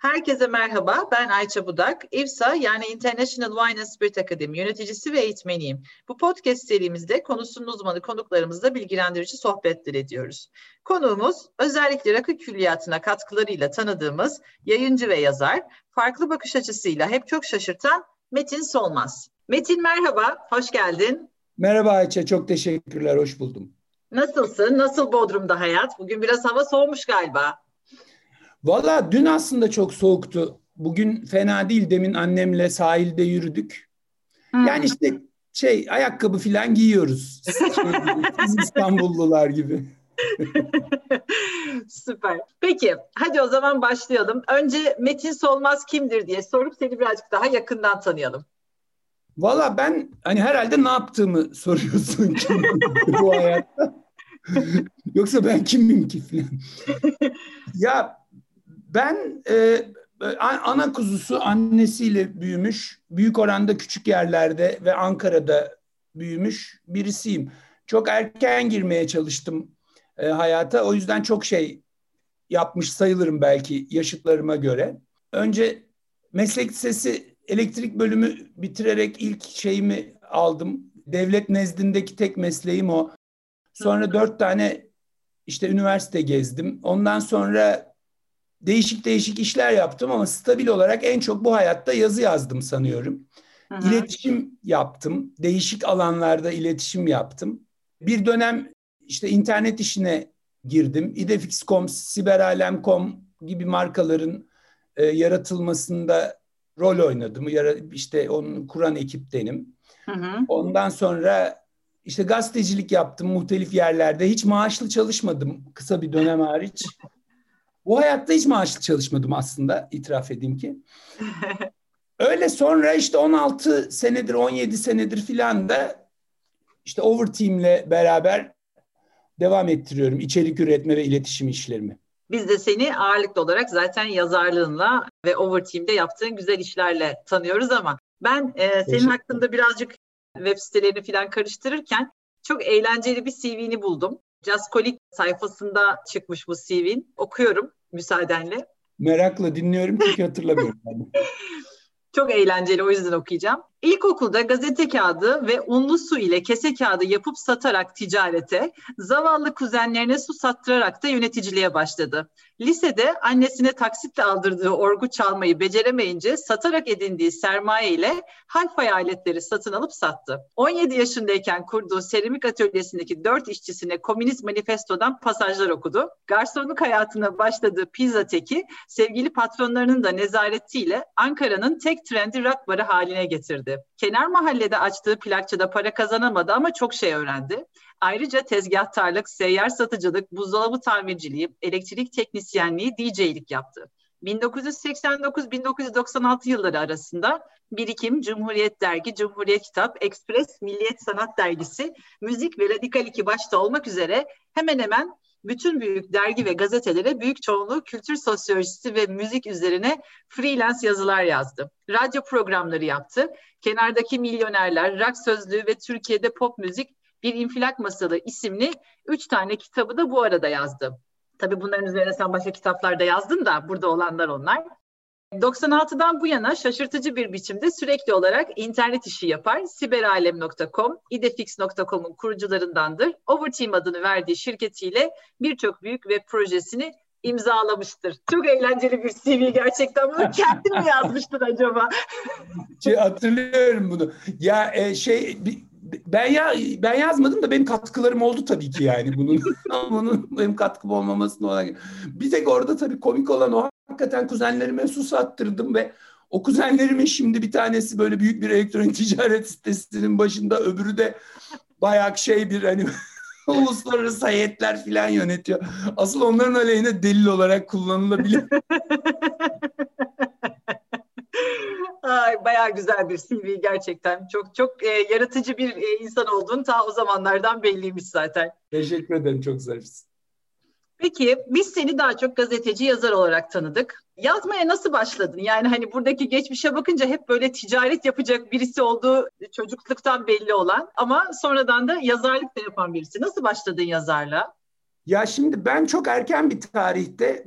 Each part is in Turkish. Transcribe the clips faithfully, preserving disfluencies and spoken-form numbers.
Herkese merhaba, ben Ayça Budak. İFSA yani International Wine and Spirit Academy yöneticisi ve eğitmeniyim. Bu podcast serimizde konusunun uzmanı konuklarımızla bilgilendirici sohbetler ediyoruz. Konuğumuz özellikle rakı külliyatına katkılarıyla tanıdığımız yayıncı ve yazar, farklı bakış açısıyla hep çok şaşırtan Metin Solmaz. Metin merhaba, hoş geldin. Merhaba Ayça, çok teşekkürler, hoş buldum. Nasılsın? Nasıl Bodrum'da hayat? Bugün biraz hava soğumuş galiba. Valla dün aslında çok soğuktu. Bugün fena değil. Demin annemle sahilde yürüdük. Hmm. Yani işte şey ayakkabı falan giyiyoruz. Şey gibi, siz İstanbullular gibi. Süper. Peki hadi o zaman başlayalım. Önce Metin Solmaz kimdir diye sorup seni birazcık daha yakından tanıyalım. Valla ben hani herhalde ne yaptığımı soruyorsun bu hayatta. Yoksa ben kimim ki falan. Ya ben e, ana kuzusu annesiyle büyümüş, büyük oranda küçük yerlerde ve Ankara'da büyümüş birisiyim. Çok erken girmeye çalıştım e, hayata. O yüzden çok şey yapmış sayılırım belki yaşıtlarıma göre. Önce meslek lisesi elektrik bölümü bitirerek ilk şeyimi aldım. Devlet nezdindeki tek mesleğim o. Sonra dört tane işte üniversite gezdim. Ondan sonra değişik değişik işler yaptım ama stabil olarak en çok bu hayatta yazı yazdım sanıyorum. Hı hı. İletişim yaptım. Değişik alanlarda iletişim yaptım. Bir dönem işte internet işine girdim. idefix nokta com, siberalem nokta com gibi markaların e, yaratılmasında rol oynadım. Yara, işte onu kuran ekiptenim. Hı hı. Ondan sonra işte gazetecilik yaptım muhtelif yerlerde. Hiç maaşlı çalışmadım kısa bir dönem hariç. Bu hayatta hiç maaşlı çalışmadım aslında, itiraf edeyim ki. Öyle sonra işte on altı senedir, on yedi senedir filan da işte Overteam'le beraber devam ettiriyorum içerik üretme ve iletişim işlerimi. Biz de seni ağırlıklı olarak zaten yazarlığınla ve Overteam'de yaptığın güzel işlerle tanıyoruz ama ben e, senin hakkında birazcık web sitelerini filan karıştırırken çok eğlenceli bir C V'ni buldum. Jazzkolik sayfasında çıkmış bu C V'nin. Okuyorum müsaadenle. Merakla dinliyorum çünkü hatırlamıyorum. Çok eğlenceli, o yüzden okuyacağım. İlkokulda gazete kağıdı ve unlu su ile kese kağıdı yapıp satarak ticarete, zavallı kuzenlerine su sattırarak da yöneticiliğe başladı. Lisede annesine taksitle aldırdığı orgu çalmayı beceremeyince satarak edindiği sermaye ile hay-fay aletleri satın alıp sattı. on yedi yaşındayken kurduğu seramik atölyesindeki dört işçisine Komünist Manifesto'dan pasajlar okudu. Garsonluk hayatına başladığı Pizza Tech'i sevgili patronlarının da nezaretiyle Ankara'nın tek trendy rock barı haline getirdi. Kenar mahallede açtığı plakçıda para kazanamadı ama çok şey öğrendi. Ayrıca tezgahtarlık, seyyar satıcılık, buzdolabı tamirciliği, elektrik teknisyenliği, D J'lik yaptı. bin dokuz yüz seksen dokuz bin dokuz yüz doksan altı yılları arasında Birikim, Cumhuriyet Dergi, Cumhuriyet Kitap, Ekspres, Milliyet Sanat Dergisi, Müzik ve Radikal iki başta olmak üzere hemen hemen bütün büyük dergi ve gazetelere büyük çoğunluğu kültür sosyolojisi ve müzik üzerine freelance yazılar yazdı. Radyo programları yaptı. Kenardaki Milyonerler, Rock Sözlüğü ve Türkiye'de Pop Müzik Bir İnfilak Masalı isimli üç tane kitabı da bu arada yazdı. Tabii bunların üzerine sen başka kitaplar da yazdın da burada olanlar onlar. doksan altıdan bu yana şaşırtıcı bir biçimde sürekli olarak internet işi yapar. siberalem nokta com, idefix nokta com'un kurucularındandır. Overteam adını verdiği şirketiyle birçok büyük web projesini imzalamıştır. Çok eğlenceli bir C V gerçekten. Bunu kendin mi yazmıştın acaba? Şey, hatırlıyorum bunu. Ya e, şey ben ya ben yazmadım da benim katkılarım oldu tabii ki yani bunun. Bunun benim katkım olmamasına olan. Bir tek orada tabii komik olan o. Hakikaten kuzenlerime su sattırdım ve o kuzenlerimin şimdi bir tanesi böyle büyük bir elektronik ticaret sitesinin başında, öbürü de bayağı şey bir hani uluslararası heyetler falan yönetiyor. Asıl onların aleyhine delil olarak kullanılabilir. Ay, bayağı güzel bir C V gerçekten. Çok çok e, yaratıcı bir e, insan olduğun ta o zamanlardan belliymiş zaten. Teşekkür ederim, çok zarifsin. Peki biz seni daha çok gazeteci, yazar olarak tanıdık. Yazmaya nasıl başladın? Yani hani buradaki geçmişe bakınca hep böyle ticaret yapacak birisi olduğu çocukluktan belli olan ama sonradan da yazarlık da yapan birisi. Nasıl başladın yazarlığa? Ya şimdi ben çok erken bir tarihte bu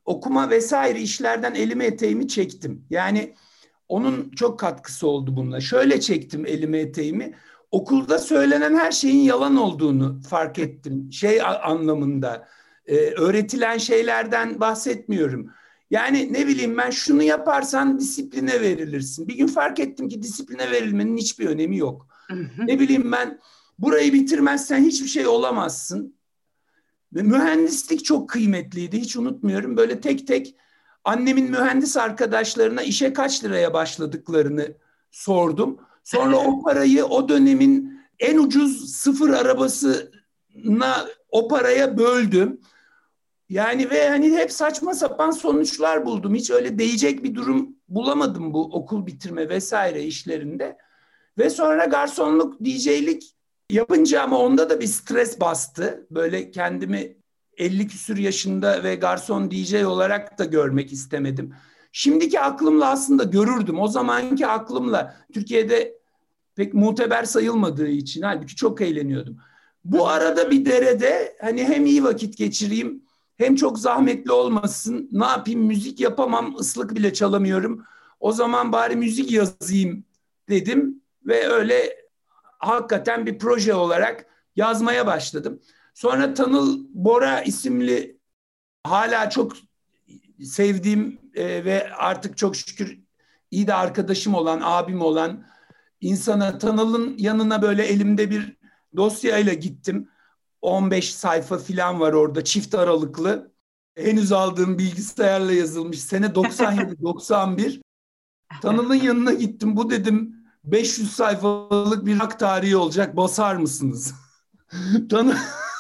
okuma vesaire işlerden elimi eteğimi çektim. Yani onun çok katkısı oldu bununla. Şöyle çektim elimi eteğimi. Okulda söylenen her şeyin yalan olduğunu fark ettim. Şey anlamında, e, öğretilen şeylerden bahsetmiyorum. Yani ne bileyim ben, şunu yaparsan disipline verilirsin. Bir gün fark ettim ki disipline verilmenin hiçbir önemi yok. Ne bileyim ben, burayı bitirmezsen hiçbir şey olamazsın. Ve mühendislik çok kıymetliydi, hiç unutmuyorum. Böyle tek tek annemin mühendis arkadaşlarına işe kaç liraya başladıklarını sordum. Sonra o parayı o dönemin en ucuz sıfır arabasına o paraya böldüm. Yani ve hani hep saçma sapan sonuçlar buldum. Hiç öyle değecek bir durum bulamadım bu okul bitirme vesaire işlerinde. Ve sonra garsonluk, D J'lik yapınca ama onda da bir stres bastı. Böyle kendimi elli küsür yaşında ve garson D J olarak da görmek istemedim. Şimdiki aklımla aslında görürdüm. O zamanki aklımla Türkiye'de pek muteber sayılmadığı için halbuki çok eğleniyordum. Bu arada bir derede hani hem iyi vakit geçireyim hem çok zahmetli olmasın. Ne yapayım, müzik yapamam, ıslık bile çalamıyorum. O zaman bari müzik yazayım dedim ve öyle hakikaten bir proje olarak yazmaya başladım. Sonra Tanıl Bora isimli hala çok sevdiğim e, ve artık çok şükür iyi de arkadaşım olan, abim olan insana, Tanıl'ın yanına böyle elimde bir dosyayla gittim. on beş sayfa falan var orada, çift aralıklı. Henüz aldığım bilgisayarla yazılmış. Sene doksan yedi doksan bir. Tanıl'ın yanına gittim. Bu dedim beş yüz sayfalık bir rock tarihi olacak. Basar mısınız? Tanıl...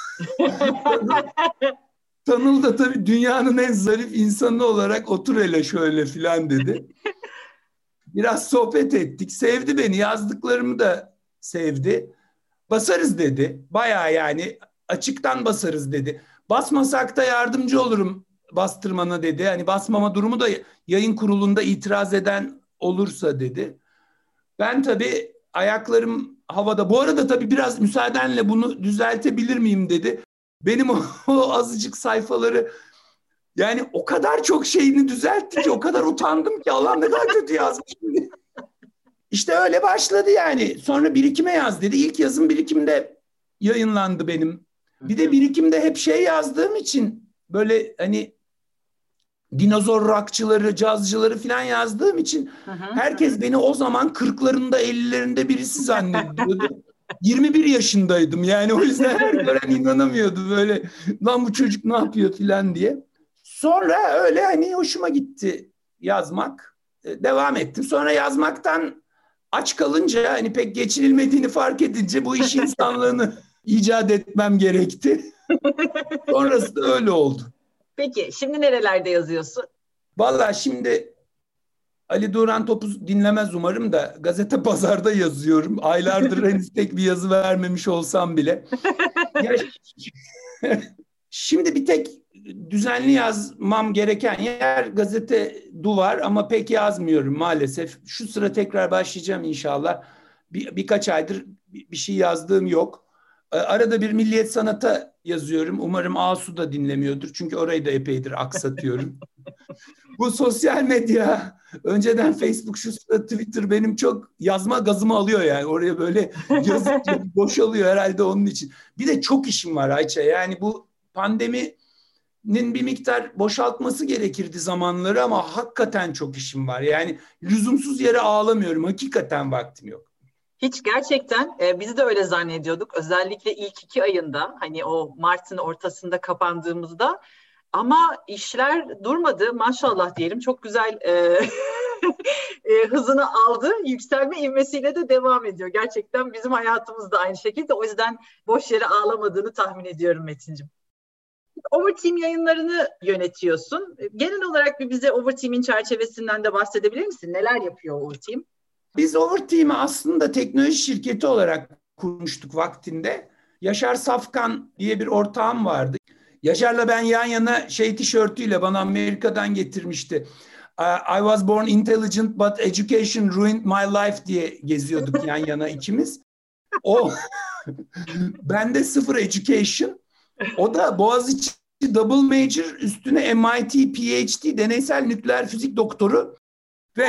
Tanıl da tabii dünyanın en zarif insanı olarak otur hele şöyle filan dedi. Biraz sohbet ettik. Sevdi beni. Yazdıklarımı da sevdi. Basarız dedi. Bayağı yani açıktan basarız dedi. Basmasak da yardımcı olurum bastırmana dedi. Hani basmama durumu da yayın kurulunda itiraz eden olursa dedi. Ben tabii ayaklarım havada. Bu arada tabii biraz müsaadenle bunu düzeltebilir miyim dedi. Benim o, o azıcık sayfaları, yani o kadar çok şeyini düzeltti ki o kadar utandım ki, Allah ne kadar kötü yazmışım diye. İşte öyle başladı yani. Sonra birikime yaz dedi. İlk yazım birikimde yayınlandı benim. Bir de birikimde hep şey yazdığım için böyle hani dinozor rockçıları, cazcıları falan yazdığım için herkes beni o zaman kırklarında ellilerinde birisi zannediyordu. yirmi bir yaşındaydım yani, o yüzden her gören inanamıyordu böyle, lan bu çocuk ne yapıyor falan diye. Sonra öyle hani hoşuma gitti yazmak. Devam ettim. Sonra yazmaktan aç kalınca, hani pek geçinilmediğini fark edince bu iş insanlığını icat etmem gerekti. Sonrası da öyle oldu. Peki şimdi nerelerde yazıyorsun? Vallahi şimdi Ali Duran Topuz dinlemez umarım da Gazete Pazar'da yazıyorum. Aylardır henüz tek bir yazı vermemiş olsam bile. Ya, şimdi bir tek düzenli yazmam gereken yer Gazete Duvar ama pek yazmıyorum maalesef. Şu sıra tekrar başlayacağım inşallah. Bir, birkaç aydır bir şey yazdığım yok. Arada bir Milliyet Sanat'a yazıyorum. Umarım Asu da dinlemiyordur. Çünkü orayı da epeydir aksatıyorum. Bu sosyal medya, önceden Facebook, şu sıra Twitter benim çok yazma gazımı alıyor yani. Oraya böyle yazıp boşalıyor herhalde onun için. Bir de çok işim var Ayça. Yani bu pandeminin bir miktar boşaltması gerekirdi zamanları ama hakikaten çok işim var. Yani lüzumsuz yere ağlamıyorum. Hakikaten vaktim yok. Hiç gerçekten e, biz de öyle zannediyorduk. Özellikle ilk iki ayında, hani o Mart'ın ortasında kapandığımızda, ama işler durmadı maşallah diyelim. Çok güzel e, e, hızını aldı. Yükselme ivmesiyle de devam ediyor. Gerçekten bizim hayatımız da aynı şekilde. O yüzden boş yere ağlamadığını tahmin ediyorum Metin'cim. Overteam yayınlarını yönetiyorsun. Genel olarak bir bize Overteam'in çerçevesinden de bahsedebilir misin? Neler yapıyor Overteam? Biz Overteam'i aslında teknoloji şirketi olarak kurmuştuk vaktinde. Yaşar Safkan diye bir ortağım vardı. Yaşar'la ben yan yana şey tişörtüyle bana Amerika'dan getirmişti. I was born intelligent but education ruined my life diye geziyorduk yan yana ikimiz. O bende sıfır education. O da Boğaziçi double major üstüne M I T P H D deneysel nükleer fizik doktoru ve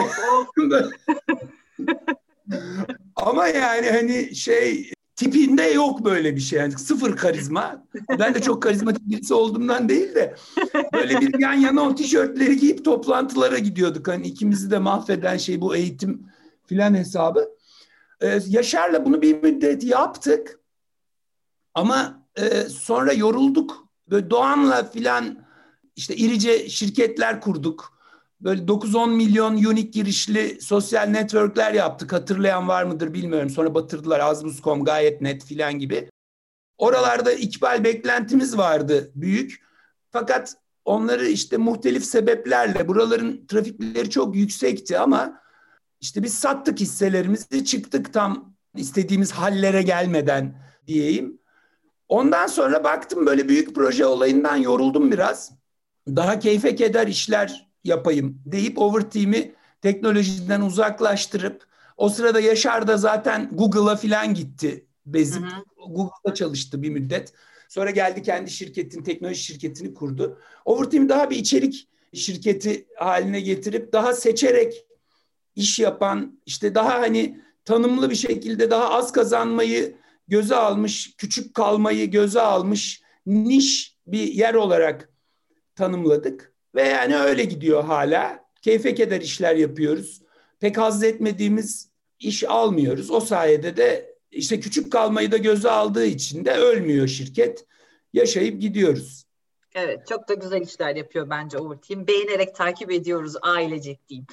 ama yani hani şey tipinde yok böyle bir şey. Yani sıfır karizma. Ben de çok karizmatik birisi olduğumdan değil de böyle bir yan yana o tişörtleri giyip toplantılara gidiyorduk. Hani ikimizi de mahveden şey bu eğitim filan hesabı. Ee, Yaşar'la bunu bir müddet yaptık. Ama e, sonra yorulduk. Böyle Doğan'la filan işte irice şirketler kurduk. Böyle dokuz on milyon unique girişli sosyal networkler yaptık. Hatırlayan var mıdır bilmiyorum. Sonra batırdılar. Azbuz nokta com, gayet net filan gibi. Oralarda ikbal beklentimiz vardı büyük. Fakat onları işte muhtelif sebeplerle, buraların trafikleri çok yüksekti ama işte biz sattık hisselerimizi, çıktık tam istediğimiz hallere gelmeden diyeyim. Ondan sonra baktım böyle büyük proje olayından yoruldum biraz. Daha keyfe keder işler yapayım deyip Overteam'i teknolojiden uzaklaştırıp o sırada Yaşar da zaten Google'a falan gitti bezip. Hı hı. Google'da çalıştı bir müddet. Sonra geldi kendi şirketin, teknoloji şirketini kurdu. Overteam daha bir içerik şirketi haline getirip daha seçerek iş yapan, işte daha hani tanımlı bir şekilde daha az kazanmayı göze almış, küçük kalmayı göze almış niş bir yer olarak tanımladık. Ve yani öyle gidiyor hala. Keyfe keder işler yapıyoruz. Pek haz etmediğimiz iş almıyoruz. O sayede de işte küçük kalmayı da göze aldığı için de ölmüyor şirket. Yaşayıp gidiyoruz. Evet, çok da güzel işler yapıyor bence Overteam. Beğenerek takip ediyoruz ailecek diyeyim.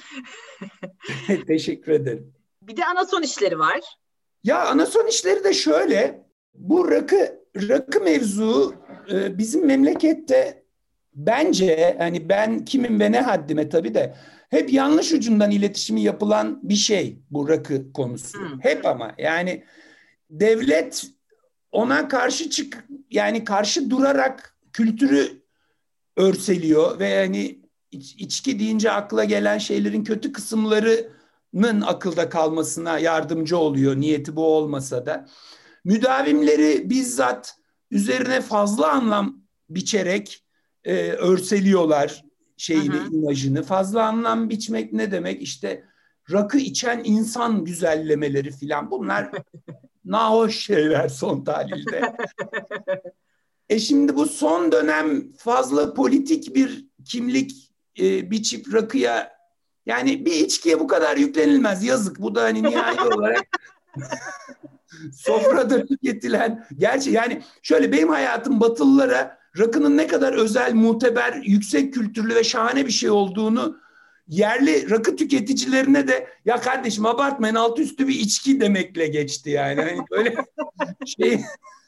Teşekkür ederim. Bir de Anason işleri var. Ya Anason işleri de şöyle. Bu rakı rakı mevzu bizim memlekette bence hani ben kimim ve ne haddime tabii de hep yanlış ucundan iletişimi yapılan bir şey bu rakı konusu. Hmm. Hep ama yani devlet ona karşı çık yani karşı durarak kültürü örseliyor ve yani iç, içki deyince akla gelen şeylerin kötü kısımlarının akılda kalmasına yardımcı oluyor. Niyeti bu olmasa da. Müdavimleri bizzat üzerine fazla anlam biçerek e, örseliyorlar şeyini, hı hı. imajını. Fazla anlam biçmek ne demek? İşte rakı içen insan güzellemeleri filan. Bunlar nahoş şeyler son tahlilde. E şimdi bu son dönem fazla politik bir kimlik e, biçip rakıya yani bir içkiye bu kadar yüklenilmez. Yazık. Bu da hani nihai olarak sofrada tüketilen, gerçi yani şöyle benim hayatım Batılılara rakının ne kadar özel, muteber, yüksek kültürlü ve şahane bir şey olduğunu yerli rakı tüketicilerine de ya kardeşim abartmayın altı üstü bir içki demekle geçti yani. Hani böyle şey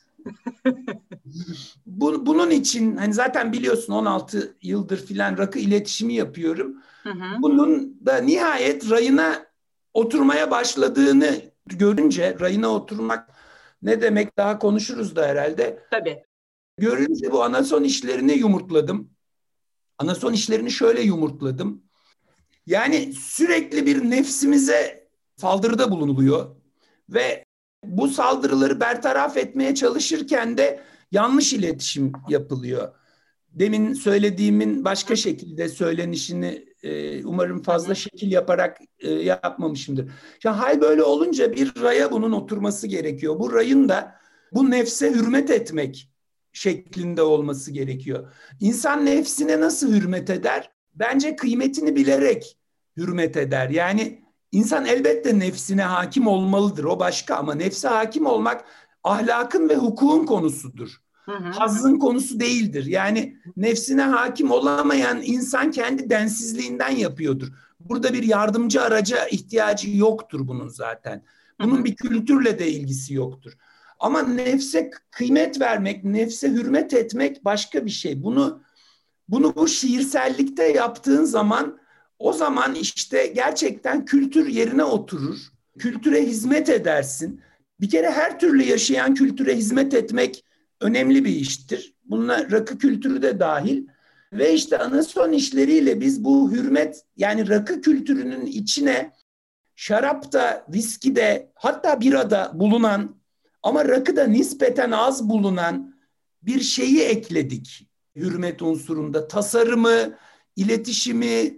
Bu, bunun için hani zaten biliyorsun on altı yıldır filan rakı iletişimi yapıyorum. Hı hı. Bunun da nihayet rayına oturmaya başladığını görünce, rayına oturmak ne demek daha konuşuruz da herhalde. Tabii. Görünce bu anason işlerini yumurtladım. Anason işlerini şöyle yumurtladım. Yani sürekli bir nefsimize saldırıda bulunuluyor ve bu saldırıları bertaraf etmeye çalışırken de yanlış iletişim yapılıyor. Demin söylediğimin başka şekilde söylenişini e, umarım fazla şekil yaparak e, yapmamışımdır. Ya hal böyle olunca bir raya bunun oturması gerekiyor. Bu rayın da bu nefse hürmet etmek şeklinde olması gerekiyor. İnsan nefsine nasıl hürmet eder? Bence kıymetini bilerek hürmet eder. Yani insan elbette nefsine hakim olmalıdır. O başka ama nefse hakim olmak ahlakın ve hukukun konusudur. Hı hı. Hazzın konusu değildir. Yani nefsine hakim olamayan insan kendi densizliğinden yapıyordur. Burada bir yardımcı araca ihtiyacı yoktur bunun zaten. Bunun hı hı. bir kültürle de ilgisi yoktur. Ama nefse kıymet vermek, nefse hürmet etmek başka bir şey. Bunu bunu bu şiirsellikte yaptığın zaman o zaman işte gerçekten kültür yerine oturur. Kültüre hizmet edersin. Bir kere her türlü yaşayan kültüre hizmet etmek önemli bir iştir. Bununla rakı kültürü de dahil. Ve işte anason işleriyle biz bu hürmet yani rakı kültürünün içine şarapta, viskide hatta birada bulunan ama rakıda nispeten az bulunan bir şeyi ekledik. hürmet unsurunda, tasarımı, iletişimi,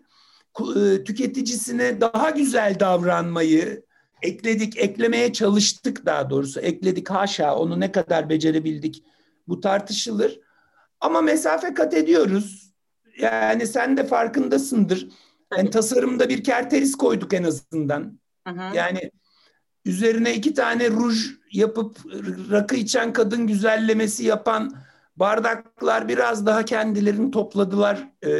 tüketicisine daha güzel davranmayı ekledik, eklemeye çalıştık daha doğrusu. Ekledik, haşa, onu ne kadar becerebildik bu tartışılır. Ama mesafe kat ediyoruz. Yani sen de farkındasındır. Yani tasarımda bir kerteris koyduk en azından. Hı hı. Yani üzerine iki tane ruj yapıp rakı içen kadın güzellemesi yapan bardaklar biraz daha kendilerini topladılar e,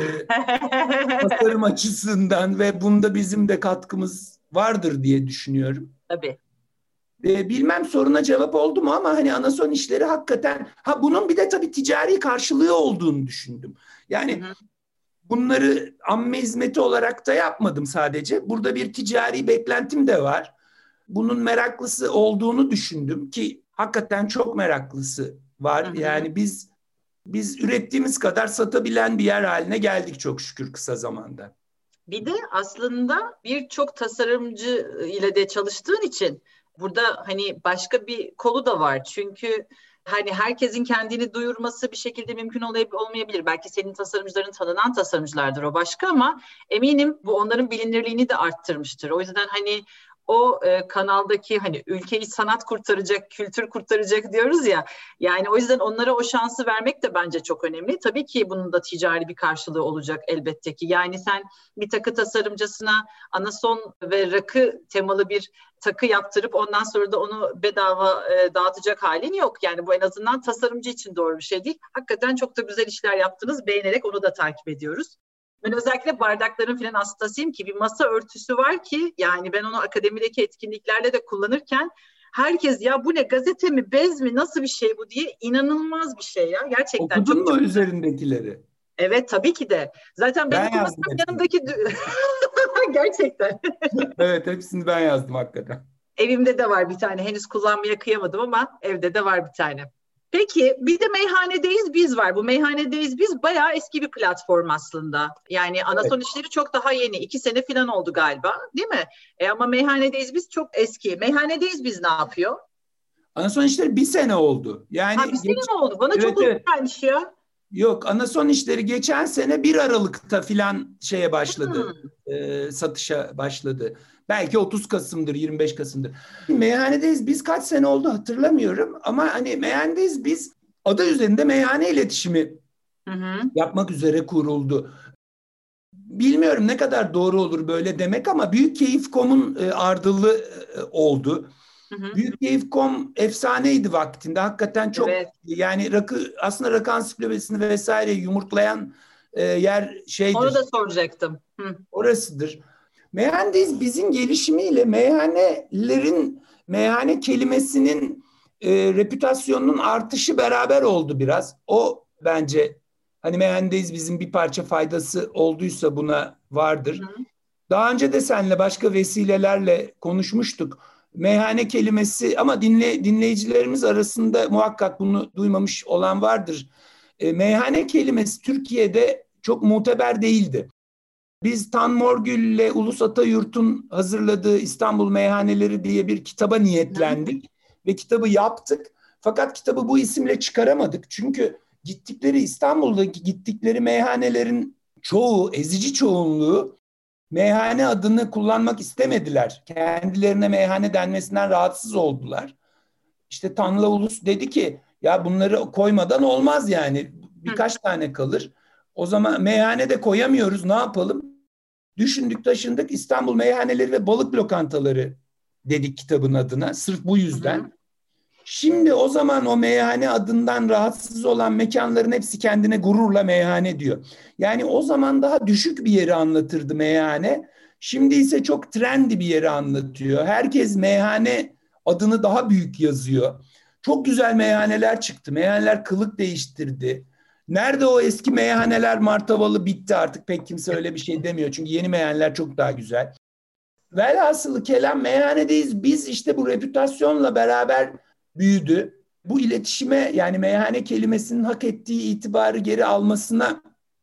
tasarım açısından ve bunda bizim de katkımız vardır diye düşünüyorum. Tabii. E, bilmem soruna cevap oldu mu ama hani anason işleri hakikaten, ha bunun bir de tabii ticari karşılığı olduğunu düşündüm. Yani hı hı. Bunları amme hizmeti olarak da yapmadım sadece. Burada bir ticari beklentim de var. Bunun meraklısı olduğunu düşündüm ki hakikaten çok meraklısı var. Hı hı. Yani biz biz ürettiğimiz kadar satabilen bir yer haline geldik çok şükür kısa zamanda. Bir de aslında birçok tasarımcı ile de çalıştığın için burada hani başka bir kolu da var. Çünkü hani herkesin kendini duyurması bir şekilde mümkün olmayabilir. Belki senin tasarımcıların tanınan tasarımcılardır, o başka, ama eminim bu onların bilinirliğini de arttırmıştır. O yüzden hani o e, kanaldaki hani ülkeyi sanat kurtaracak, kültür kurtaracak diyoruz ya. Yani o yüzden onlara o şansı vermek de bence çok önemli. Tabii ki bunun da ticari bir karşılığı olacak elbette ki. Yani sen bir takı tasarımcısına anason ve rakı temalı bir takı yaptırıp ondan sonra da onu bedava e, dağıtacak halin yok. Yani bu en azından tasarımcı için doğru bir şey değil. Hakikaten çok da güzel işler yaptınız. Beğenerek onu da takip ediyoruz. Ben özellikle bardakların falan hastasıyım ki bir masa örtüsü var ki yani ben onu akademideki etkinliklerde de kullanırken herkes ya bu ne, gazete mi, bez mi, nasıl bir şey bu diye, inanılmaz bir şey ya. Gerçekten okudun çok mu çok üzerindekileri? Evet tabii ki de. Zaten ben, ben okumasam yanımdaki gerçekten. Evet, hepsini ben yazdım hakikaten. Evimde de var bir tane. Henüz kullanmaya kıyamadım ama evde de var bir tane. Peki bir de Meyhanedeyiz Biz var. Bu Meyhanedeyiz Biz bayağı eski bir platform aslında. Yani anason evet. işleri çok daha yeni. İki sene falan oldu galiba, değil mi? E ama Meyhanedeyiz Biz çok eski. Meyhanedeyiz Biz ne yapıyor? Anason işleri bir sene oldu. Yani ha bir sene geç... mi oldu? Bana evet, çok uzun evet. gelmiş ya. Yok, anason işleri geçen sene bir Aralık'ta filan şeye başladı. Hmm. E, satışa başladı. Belki otuz Kasım'dır, yirmi beş Kasım'dır. Meyhanedeyiz Biz kaç sene oldu hatırlamıyorum. Ama hani Meyhanedeyiz Biz adı üzerinde meyhane iletişimi hı hı. yapmak üzere kuruldu. Bilmiyorum ne kadar doğru olur böyle demek ama Büyükkeyif nokta com'un e, ardılğı e, oldu. Büyükkeyif nokta com efsaneydi vaktinde. Hakikaten çok evet. Yani rakı, aslında rakı ansiklopedisini vesaire yumurtlayan e, yer şeydir. Onu da soracaktım. Hı. Orasıdır. Meyhanedeyiz Biz'in gelişimiyle meyhanelerin, meyhane kelimesinin e, reputasyonunun artışı beraber oldu biraz. O bence hani Meyhanedeyiz Biz'in bir parça faydası olduysa buna vardır. Hı. Daha önce de seninle başka vesilelerle konuşmuştuk. Meyhane kelimesi ama dinle, dinleyicilerimiz arasında muhakkak bunu duymamış olan vardır. E, meyhane kelimesi Türkiye'de çok muteber değildi. Biz Tan Morgül ile Ulus Atayurt'un hazırladığı İstanbul Meyhaneleri diye bir kitaba niyetlendik ve kitabı yaptık. Fakat kitabı bu isimle çıkaramadık. Çünkü gittikleri İstanbul'daki gittikleri meyhanelerin çoğu, ezici çoğunluğu meyhane adını kullanmak istemediler. Kendilerine meyhane denmesinden rahatsız oldular. İşte Tanla Ulus dedi ki ya bunları koymadan olmaz yani. Birkaç Hı. tane kalır. O zaman meyhane de koyamıyoruz, ne yapalım? Düşündük taşındık, İstanbul Meyhaneleri ve Balık Lokantaları dedik kitabın adına. Sırf bu yüzden. Hı. Şimdi o zaman o meyhane adından rahatsız olan mekanların hepsi kendine gururla meyhane diyor. Yani o zaman daha düşük bir yeri anlatırdı meyhane. Şimdi ise çok trendy bir yeri anlatıyor. Herkes meyhane adını daha büyük yazıyor. Çok güzel meyhaneler çıktı. Meyhaneler kılık değiştirdi. Nerede o eski meyhaneler martavalı bitti, artık pek kimse öyle bir şey demiyor. Çünkü yeni meyhaneler çok daha güzel. Velhasılı kelam Meyhanedeyiz Biz işte bu reputasyonla beraber büyüdü. Bu iletişime, yani meyhane kelimesinin hak ettiği itibarı geri almasına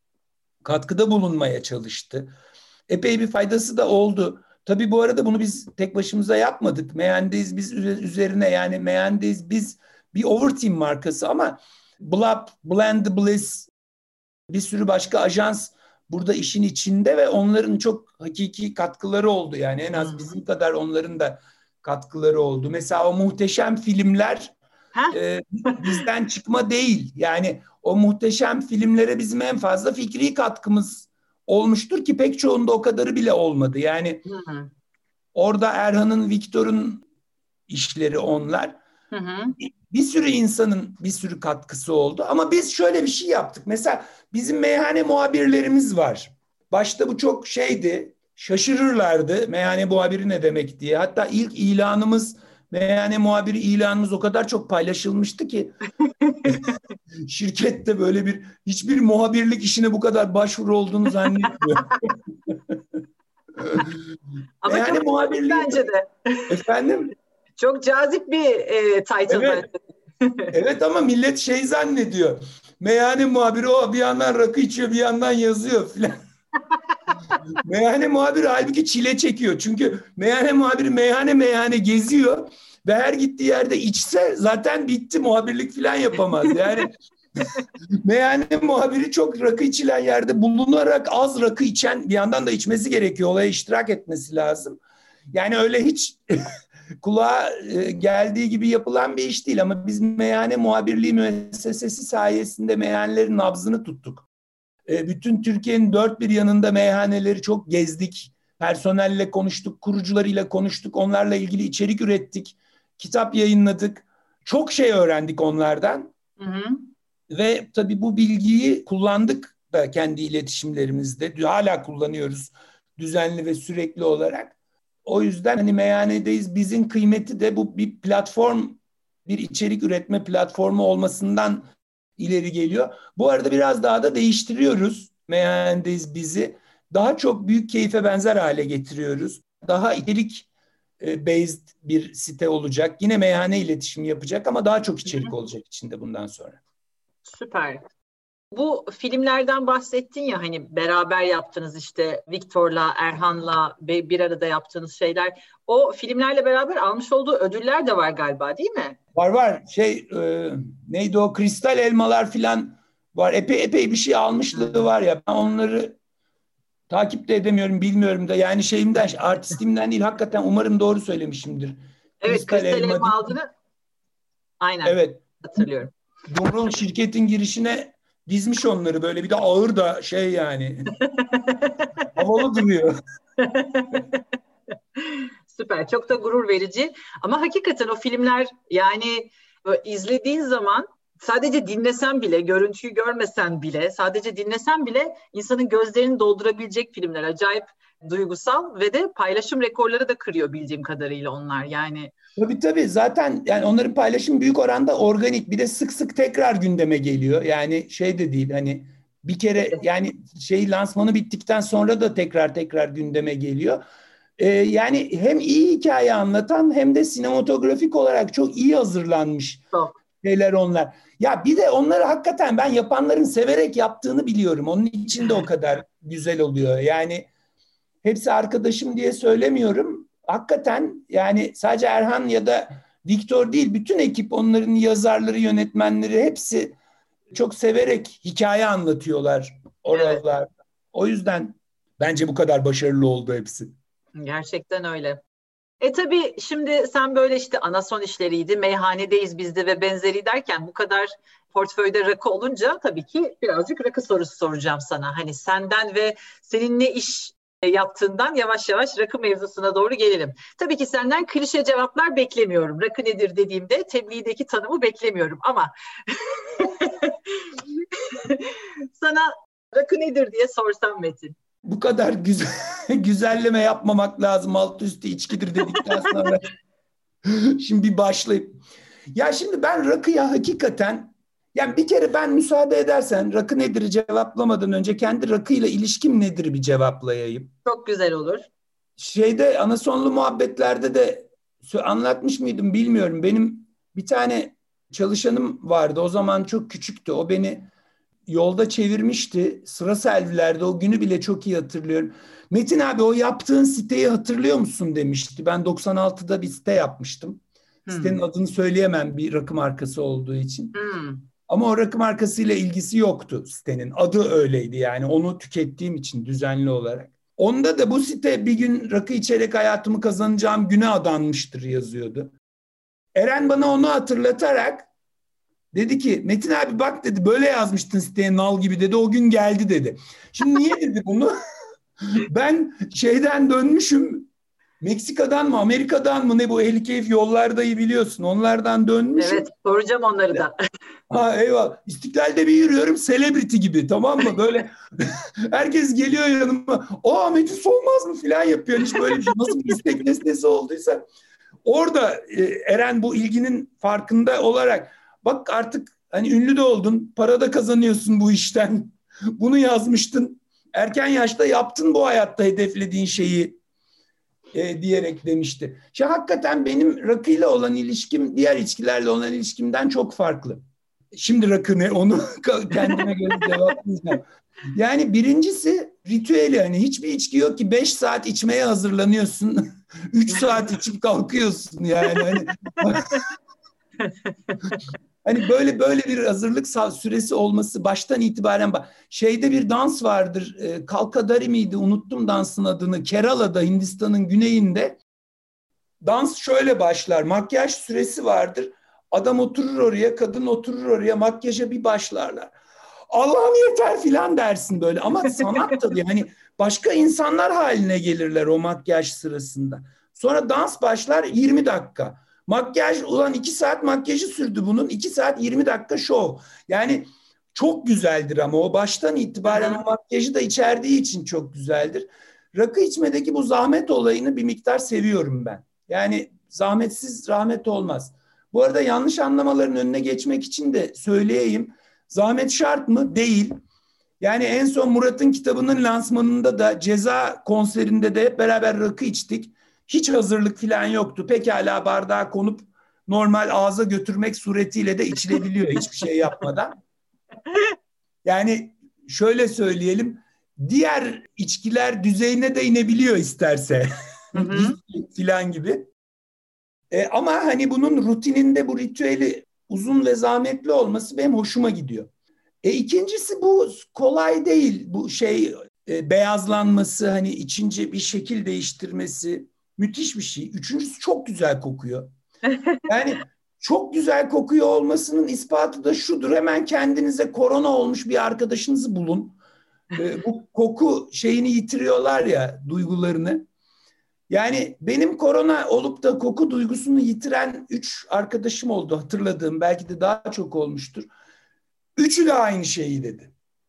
katkıda bulunmaya çalıştı. Epey bir faydası da oldu. Tabii bu arada bunu biz tek başımıza yapmadık. Meyhanedeyiz Biz üzerine, yani Meyhanedeyiz Biz bir Overteam markası ama Blab, Blend the Bliss, Bir sürü başka ajans burada işin içinde ve onların çok hakiki katkıları oldu. Yani en az bizim kadar onların da katkıları oldu. Mesela o muhteşem filmler e, bizden çıkma değil. Yani o muhteşem filmlere bizim en fazla fikri katkımız olmuştur ki pek çoğunda o kadarı bile olmadı. Yani hı hı. Orada Erhan'ın, Viktor'un işleri onlar. Hı hı. Bir sürü insanın bir sürü katkısı oldu. Ama biz şöyle bir şey yaptık. Mesela bizim meyhane muhabirlerimiz var. Başta bu çok şeydi, şaşırırlardı meyhane muhabiri ne demek diye. Hatta ilk ilanımız, meyhane muhabiri ilanımız o kadar çok paylaşılmıştı ki şirkette böyle bir, hiçbir muhabirlik işine bu kadar başvuru olduğunu zannetmiyorum. Ama yani çok muhabirliği bence de. Efendim? Çok cazip bir e, title. Evet. Evet ama millet şey zannediyor. Meyhane muhabiri o bir yandan rakı içiyor bir yandan yazıyor filan. Meyhane muhabiri halbuki çile çekiyor. Çünkü meyhane muhabiri meyhane meyhane geziyor ve her gittiği yerde içse zaten bitti, muhabirlik filan yapamaz. Yani meyhane muhabiri çok rakı içilen yerde bulunarak az rakı içen, bir yandan da içmesi gerekiyor. Olaya iştirak etmesi lazım. Yani öyle hiç kulağa geldiği gibi yapılan bir iş değil ama biz meyhane muhabirliği müessesesi sayesinde meyhanelerin nabzını tuttuk. Bütün Türkiye'nin dört bir yanında meyhaneleri çok gezdik. Personelle konuştuk, kurucularıyla konuştuk. Onlarla ilgili içerik ürettik. Kitap yayınladık. Çok şey öğrendik onlardan. Hı hı. Ve tabii bu bilgiyi kullandık da kendi iletişimlerimizde. Hala kullanıyoruz düzenli ve sürekli olarak. O yüzden hani meyhanedeyiz. Bizim kıymeti de bu bir platform, bir içerik üretme platformu olmasından ileri geliyor. Bu arada biraz daha da değiştiriyoruz. Meyhanedeyiz bizi. Daha çok büyük keyfe benzer hale getiriyoruz. Daha içerik based bir site olacak. Yine meyhane iletişimi yapacak ama daha çok içerik olacak içinde bundan sonra. Süper. Bu filmlerden bahsettin ya, hani beraber yaptınız işte Viktor'la, Erhan'la bir arada yaptığınız şeyler. O filmlerle beraber almış olduğu ödüller de var galiba, değil mi? Var var. Şey e, neydi o, kristal elmalar falan var. Epey epey bir şey almışlığı hmm. var ya. Ben onları takip de edemiyorum, bilmiyorum da. Yani şeyimden, artistimden değil. Hakikaten umarım doğru söylemişimdir. Evet, kristal, kristal elma, elma aldığını aynen evet. Hatırlıyorum. Dumrul şirketin girişine dizmiş onları, böyle bir de ağır da şey yani. Havalı duruyor. Süper, çok da gurur verici. Ama hakikaten o filmler, yani izlediğin zaman sadece dinlesen bile, görüntüyü görmesen bile, sadece dinlesen bile insanın gözlerini doldurabilecek filmler. Acayip duygusal ve de paylaşım rekorları da kırıyor bildiğim kadarıyla onlar. Yani tabii tabii, zaten yani onların paylaşımı büyük oranda organik, bir de sık sık tekrar gündeme geliyor. Yani şey de değil hani bir kere, yani şey lansmanı bittikten sonra da tekrar tekrar gündeme geliyor. Ee, yani hem iyi hikaye anlatan hem de sinematografik olarak çok iyi hazırlanmış çok şeyler onlar. Ya bir de onları hakikaten ben yapanların severek yaptığını biliyorum. Onun için de o kadar güzel oluyor. Yani hepsi arkadaşım diye söylemiyorum. Hakikaten yani sadece Erhan ya da Viktor değil, bütün ekip, onların yazarları, yönetmenleri hepsi çok severek hikaye anlatıyorlar oralarda. Evet. O yüzden bence bu kadar başarılı oldu hepsi. Gerçekten öyle. E tabii şimdi sen böyle işte Anason işleriydi, meyhanedeyiz bizde ve benzeri derken bu kadar portföyde rakı olunca tabii ki birazcık rakı sorusu soracağım sana. Hani senden ve senin ne iş yaptığından yavaş yavaş rakı mevzusuna doğru gelelim. Tabii ki senden klişe cevaplar beklemiyorum. Rakı nedir dediğimde tebliğdeki tanımı beklemiyorum ama sana rakı nedir diye sorsam Metin. Bu kadar güzel, güzelleme yapmamak lazım. Alt üstü içkidir dedikten sonra. Şimdi bir başlayıp. Ya şimdi ben rakıya hakikaten, yani bir kere ben müsaade edersen rakı nedir cevaplamadan önce kendi rakıyla ilişkim nedir bir cevaplayayım. Çok güzel olur. Şeyde Anasonlu muhabbetlerde de anlatmış mıydım bilmiyorum. Benim bir tane çalışanım vardı. O zaman çok küçüktü. O beni yolda çevirmişti. Sıra servilerde, o günü bile çok iyi hatırlıyorum. Metin abi, o yaptığın siteyi hatırlıyor musun demişti. Ben doksan altıda bir site yapmıştım. Hmm. Sitenin adını söyleyemem, bir rakı markası olduğu için. Hmm. Ama o rakı markasıyla ilgisi yoktu sitenin. Adı öyleydi yani, onu tükettiğim için düzenli olarak. Onda da bu site bir gün rakı içerek hayatımı kazanacağım güne adanmıştır yazıyordu. Eren bana onu hatırlatarak dedi ki Metin abi bak dedi, böyle yazmıştın siteye nal gibi dedi, o gün geldi dedi. Şimdi niye dedi bunu? Ben şeyden dönmüşüm, Meksika'dan mı Amerika'dan mı ne, bu ehli keyif yollardayı biliyorsun, onlardan dönmüşüm. Evet, soracağım onları da. Ha eyvallah. İstiklal'de bir yürüyorum celebrity gibi, tamam mı? Böyle herkes geliyor yanıma. Aa Metin Solmaz mı falan yapıyor. Hiç böyle bir şey. Nasıl bir istek nesnesi olduysa. Orada e, Eren bu ilginin farkında olarak bak artık hani ünlü de oldun. Para da kazanıyorsun bu işten. Bunu yazmıştın. Erken yaşta yaptın bu hayatta hedeflediğin şeyi e, diyerek demişti. Şey, hakikaten benim rakıyla olan ilişkim diğer içkilerle olan ilişkimden çok farklı. Şimdi rakı ne, onu kendime göre cevaplayacağım. Yani birincisi ritüeli, hani hiçbir içki yok ki beş saat içmeye hazırlanıyorsun. üç saat içip kalkıyorsun yani. Hani, hani böyle böyle bir hazırlık süresi olması baştan itibaren, şeyde bir dans vardır. Kalkadari miydi? Unuttum dansın adını. Kerala'da, Hindistan'ın güneyinde. Dans şöyle başlar. Makyaj süresi vardır. Adam oturur oraya, kadın oturur oraya, makyaja bir başlarlar. Allah'ım yeter filan dersin böyle. Ama sanat tabii, hani başka insanlar haline gelirler o makyaj sırasında. Sonra dans başlar, yirmi dakika. Makyaj, ulan iki saat makyajı sürdü bunun. iki saat yirmi dakika şov. Yani çok güzeldir ama o baştan itibaren o makyajı da içerdiği için çok güzeldir. Rakı içmedeki bu zahmet olayını bir miktar seviyorum ben. Yani zahmetsiz rahmet olmaz. Bu arada yanlış anlamaların önüne geçmek için de söyleyeyim. Zahmet şart mı? Değil. Yani en son Murat'ın kitabının lansmanında da, Ceza konserinde de hep beraber rakı içtik. Hiç hazırlık falan yoktu. Pekala bardağa konup normal ağza götürmek suretiyle de içilebiliyor hiçbir şey yapmadan. Yani şöyle söyleyelim, diğer içkiler düzeyine de inebiliyor isterse. filan gibi. E, ama hani bunun rutininde bu ritüeli uzun ve zahmetli olması benim hoşuma gidiyor. E, ikincisi, bu kolay değil. Bu şey e, beyazlanması, hani içince bir şekil değiştirmesi müthiş bir şey. Üçüncüsü, çok güzel kokuyor. Yani çok güzel kokuyor olmasının ispatı da şudur. Hemen kendinize korona olmuş bir arkadaşınızı bulun. E, bu koku şeyini yitiriyorlar ya, duygularını. Yani benim korona olup da koku duygusunu yitiren üç arkadaşım oldu hatırladığım. Belki de daha çok olmuştur. Üçü de aynı şeyi dedi.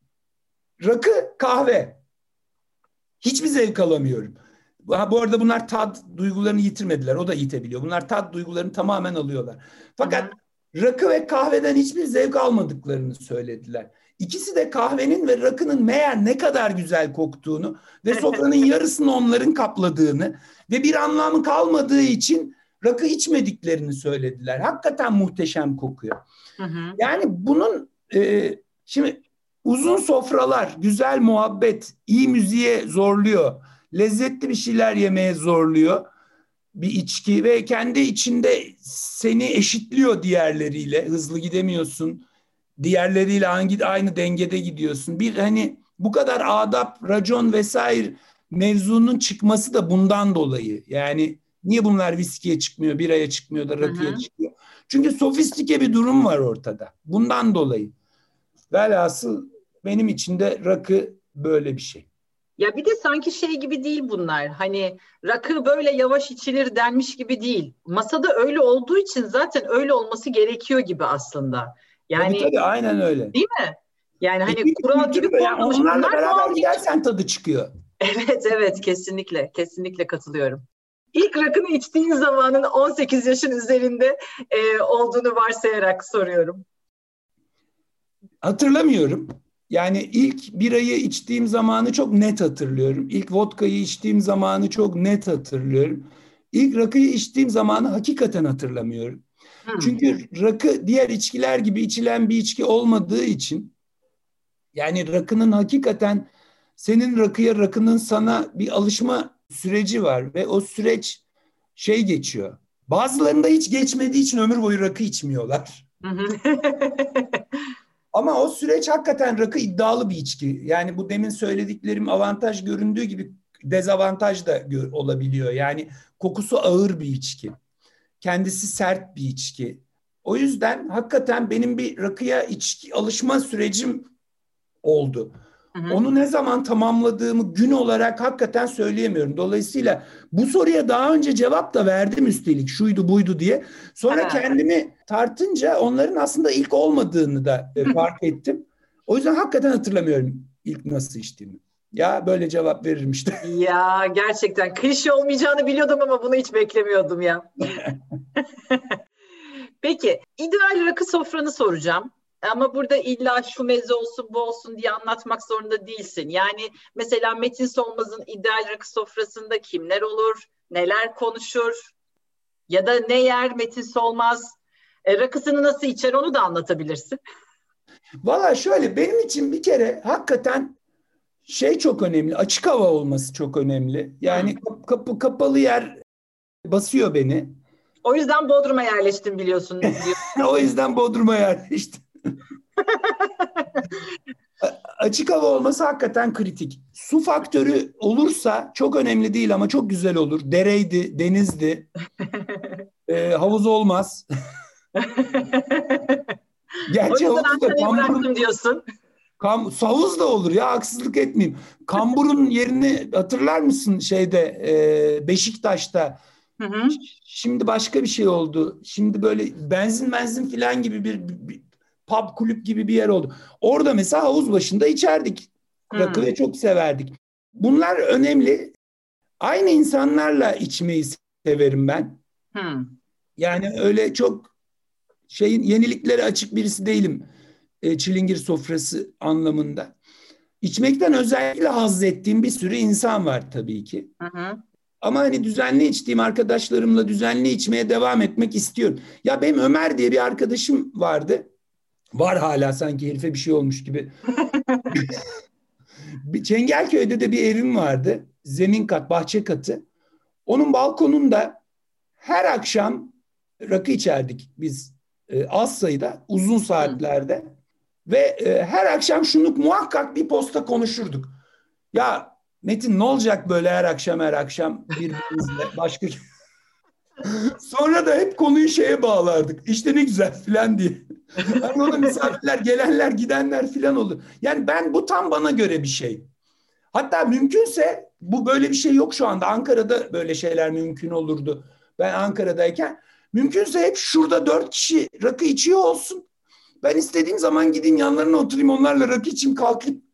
Rakı, kahve. Hiçbir zevk alamıyorum. Ha, bu arada bunlar tat duygularını yitirmediler. O da yitebiliyor. Bunlar tat duygularını tamamen alıyorlar. Fakat Hı-hı. rakı ve kahveden hiçbir zevk almadıklarını söylediler. İkisi de kahvenin ve rakının meğer ne kadar güzel koktuğunu ve sofranın yarısını onların kapladığını ve bir anlamı kalmadığı için rakı içmediklerini söylediler. Hakikaten muhteşem kokuyor. Hı hı. Yani bunun e, şimdi uzun sofralar, güzel muhabbet, iyi müziğe zorluyor. Lezzetli bir şeyler yemeye zorluyor bir içki ve kendi içinde seni eşitliyor diğerleriyle. Hızlı gidemiyorsun. Diğerleriyle aynı, aynı dengede gidiyorsun. Bir hani bu kadar adap, racon vesaire mevzunun çıkması da bundan dolayı. Yani niye bunlar viskiye çıkmıyor, biraya çıkmıyor da rakıya Hı-hı. çıkıyor? Çünkü sofistike bir durum var ortada. Bundan dolayı. Velhasıl benim için de rakı böyle bir şey. Ya bir de sanki şey gibi değil bunlar. Hani rakı böyle yavaş içilir denmiş gibi değil. Masada öyle olduğu için zaten öyle olması gerekiyor gibi aslında. Yani tabii tabii aynen öyle. Değil mi? Yani hani e, kural gibi konulmuş. Yani onlarla beraber gidersen tadı çıkıyor. Evet evet kesinlikle kesinlikle katılıyorum. İlk rakını içtiğin zamanın on sekiz yaşın üzerinde e, olduğunu varsayarak soruyorum. Hatırlamıyorum. Yani ilk birayı içtiğim zamanı çok net hatırlıyorum. İlk vodkayı içtiğim zamanı çok net hatırlıyorum. İlk rakıyı içtiğim zamanı hakikaten hatırlamıyorum. Hmm. Çünkü rakı diğer içkiler gibi içilen bir içki olmadığı için, yani rakının hakikaten senin rakıya, rakının sana bir alışma süreci var ve o süreç şey geçiyor. Bazılarında hiç geçmediği için ömür boyu rakı içmiyorlar. Hı hı. Ama o süreç hakikaten rakı iddialı bir içki. Yani bu demin söylediklerim avantaj göründüğü gibi dezavantaj da gö- olabiliyor. Yani kokusu ağır bir içki. Kendisi sert bir içki. O yüzden hakikaten benim bir rakıya içki alışma sürecim oldu. Hı hı. Onu ne zaman tamamladığımı gün olarak hakikaten söyleyemiyorum. Dolayısıyla bu soruya daha önce cevap da verdim üstelik şuydu buydu diye. Sonra Ha. kendimi tartınca onların aslında ilk olmadığını da e, fark ettim. O yüzden hakikaten hatırlamıyorum ilk nasıl içtiğimi. Ya böyle cevap veririm işte. Ya gerçekten klişe olmayacağını biliyordum ama bunu hiç beklemiyordum ya. Peki, ideal rakı sofranı soracağım. Ama burada illa şu meze olsun bu olsun diye anlatmak zorunda değilsin. Yani mesela Metin Solmaz'ın ideal rakı sofrasında kimler olur, neler konuşur ya da ne yer Metin Solmaz, e, rakısını nasıl içer onu da anlatabilirsin. Valla şöyle benim için bir kere hakikaten şey çok önemli. Açık hava olması çok önemli. Hmm. Yani kap- kapı kapalı yer basıyor beni. O yüzden Bodrum'a yerleştim biliyorsun diyor. O yüzden Bodrum'a yerleştim. Açık hava olması hakikaten kritik. Su faktörü olursa çok önemli değil ama çok güzel olur. Dereydi, denizdi, e, havuz olmaz. O Gerçi yüzden havuz da Ankara'yı kamburun, bıraktım diyorsun. kam, havuz da olur ya haksızlık etmeyeyim. Kamburun yerini hatırlar mısın şeyde e, Beşiktaş'ta? Hı hı. Şimdi başka bir şey oldu. Şimdi böyle benzin benzin filan gibi bir, bir, bir pub kulüp gibi bir yer oldu. Orada mesela havuz başında içerdik rakı Hı ve çok severdik. Bunlar önemli. Aynı insanlarla içmeyi severim ben. hı. Yani öyle çok şeyin yeniliklere açık birisi değilim. E, çilingir sofrası anlamında. İçmekten özellikle haz ettiğim bir sürü insan var tabii ki. Hı hı. Ama hani düzenli içtiğim arkadaşlarımla düzenli içmeye devam etmek istiyorum. Ya benim Ömer diye bir arkadaşım vardı. Var hala sanki herife bir şey olmuş gibi. Çengelköy'de de bir evim vardı. Zemin kat, bahçe katı. Onun balkonunda her akşam rakı içerdik biz e, az sayıda, uzun Hı. saatlerde. Ve e, her akşam şunu muhakkak bir posta konuşurduk. Ya Metin ne olacak böyle her akşam her akşam birbirimizle başka sonra da hep konuyu şeye bağlardık. İşte ne güzel filan diye. Hani ona misafirler, gelenler, gidenler filan olur. Yani ben bu tam bana göre bir şey. Hatta mümkünse bu böyle bir şey yok şu anda. Ankara'da böyle şeyler mümkün olurdu. Ben Ankara'dayken mümkünse hep şurada dört kişi rakı içiyor olsun. Ben istediğim zaman gideyim yanlarına oturayım onlarla rakı içeyim kalkayım.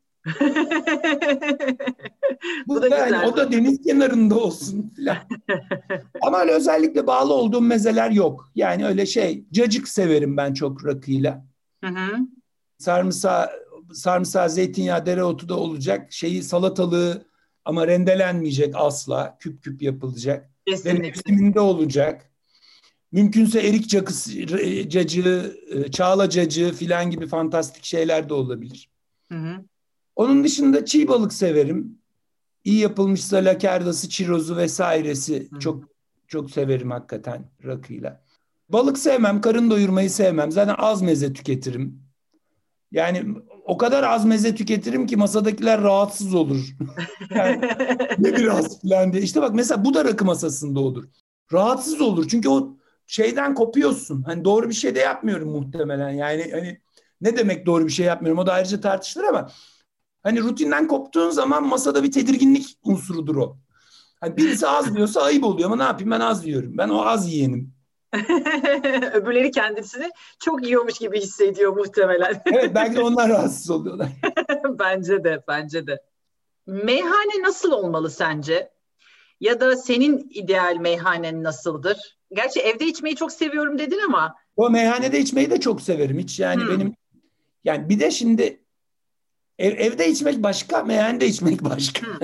Bu da Bu da hani güzel. o da deniz kenarında olsun filan. Ama öyle özellikle bağlı olduğum mezeler yok. Yani öyle şey, cacık severim ben çok rakıyla. Hı hı. Sarımsağı, sarımsağı, zeytinyağı, dereotu da olacak. Şeyi salatalığı ama rendelenmeyecek asla. Küp küp yapılacak. Ve Kesinlikle. mevsiminde olacak. Mümkünse erik cakısı, cacığı, çağla cacığı filan gibi fantastik şeyler de olabilir. Hı hı. Onun dışında çiğ balık severim. İyi yapılmışsa lakardası, çirozu vesairesi Hı hı. çok çok severim hakikaten rakıyla. Balık sevmem, karın doyurmayı sevmem. Zaten az meze tüketirim. Yani o kadar az meze tüketirim ki masadakiler rahatsız olur. Yani ne biraz falan diye. İşte bak mesela bu da rakı masasında olur. Rahatsız olur çünkü o şeyden kopuyorsun. Hani doğru bir şey de yapmıyorum muhtemelen. Yani hani ne demek doğru bir şey yapmıyorum o da ayrıca tartışılır ama hani rutinden koptuğun zaman masada bir tedirginlik unsurudur o. Hani birisi az diyorsa ayıp oluyor ama ne yapayım ben az yiyorum. Ben o az yiyenim. Öbürleri kendisini çok yiyormuş gibi hissediyor muhtemelen. Evet belki de onlar rahatsız oluyorlar. Bence de, bence de. Meyhane nasıl olmalı sence? Ya da senin ideal meyhanen nasıldır? Gerçi evde içmeyi çok seviyorum dedin ama. O meyhanede içmeyi de çok severim. Hiç yani Hmm. benim yani bir de şimdi ev, evde içmek başka, meyhanede içmek başka. Hmm.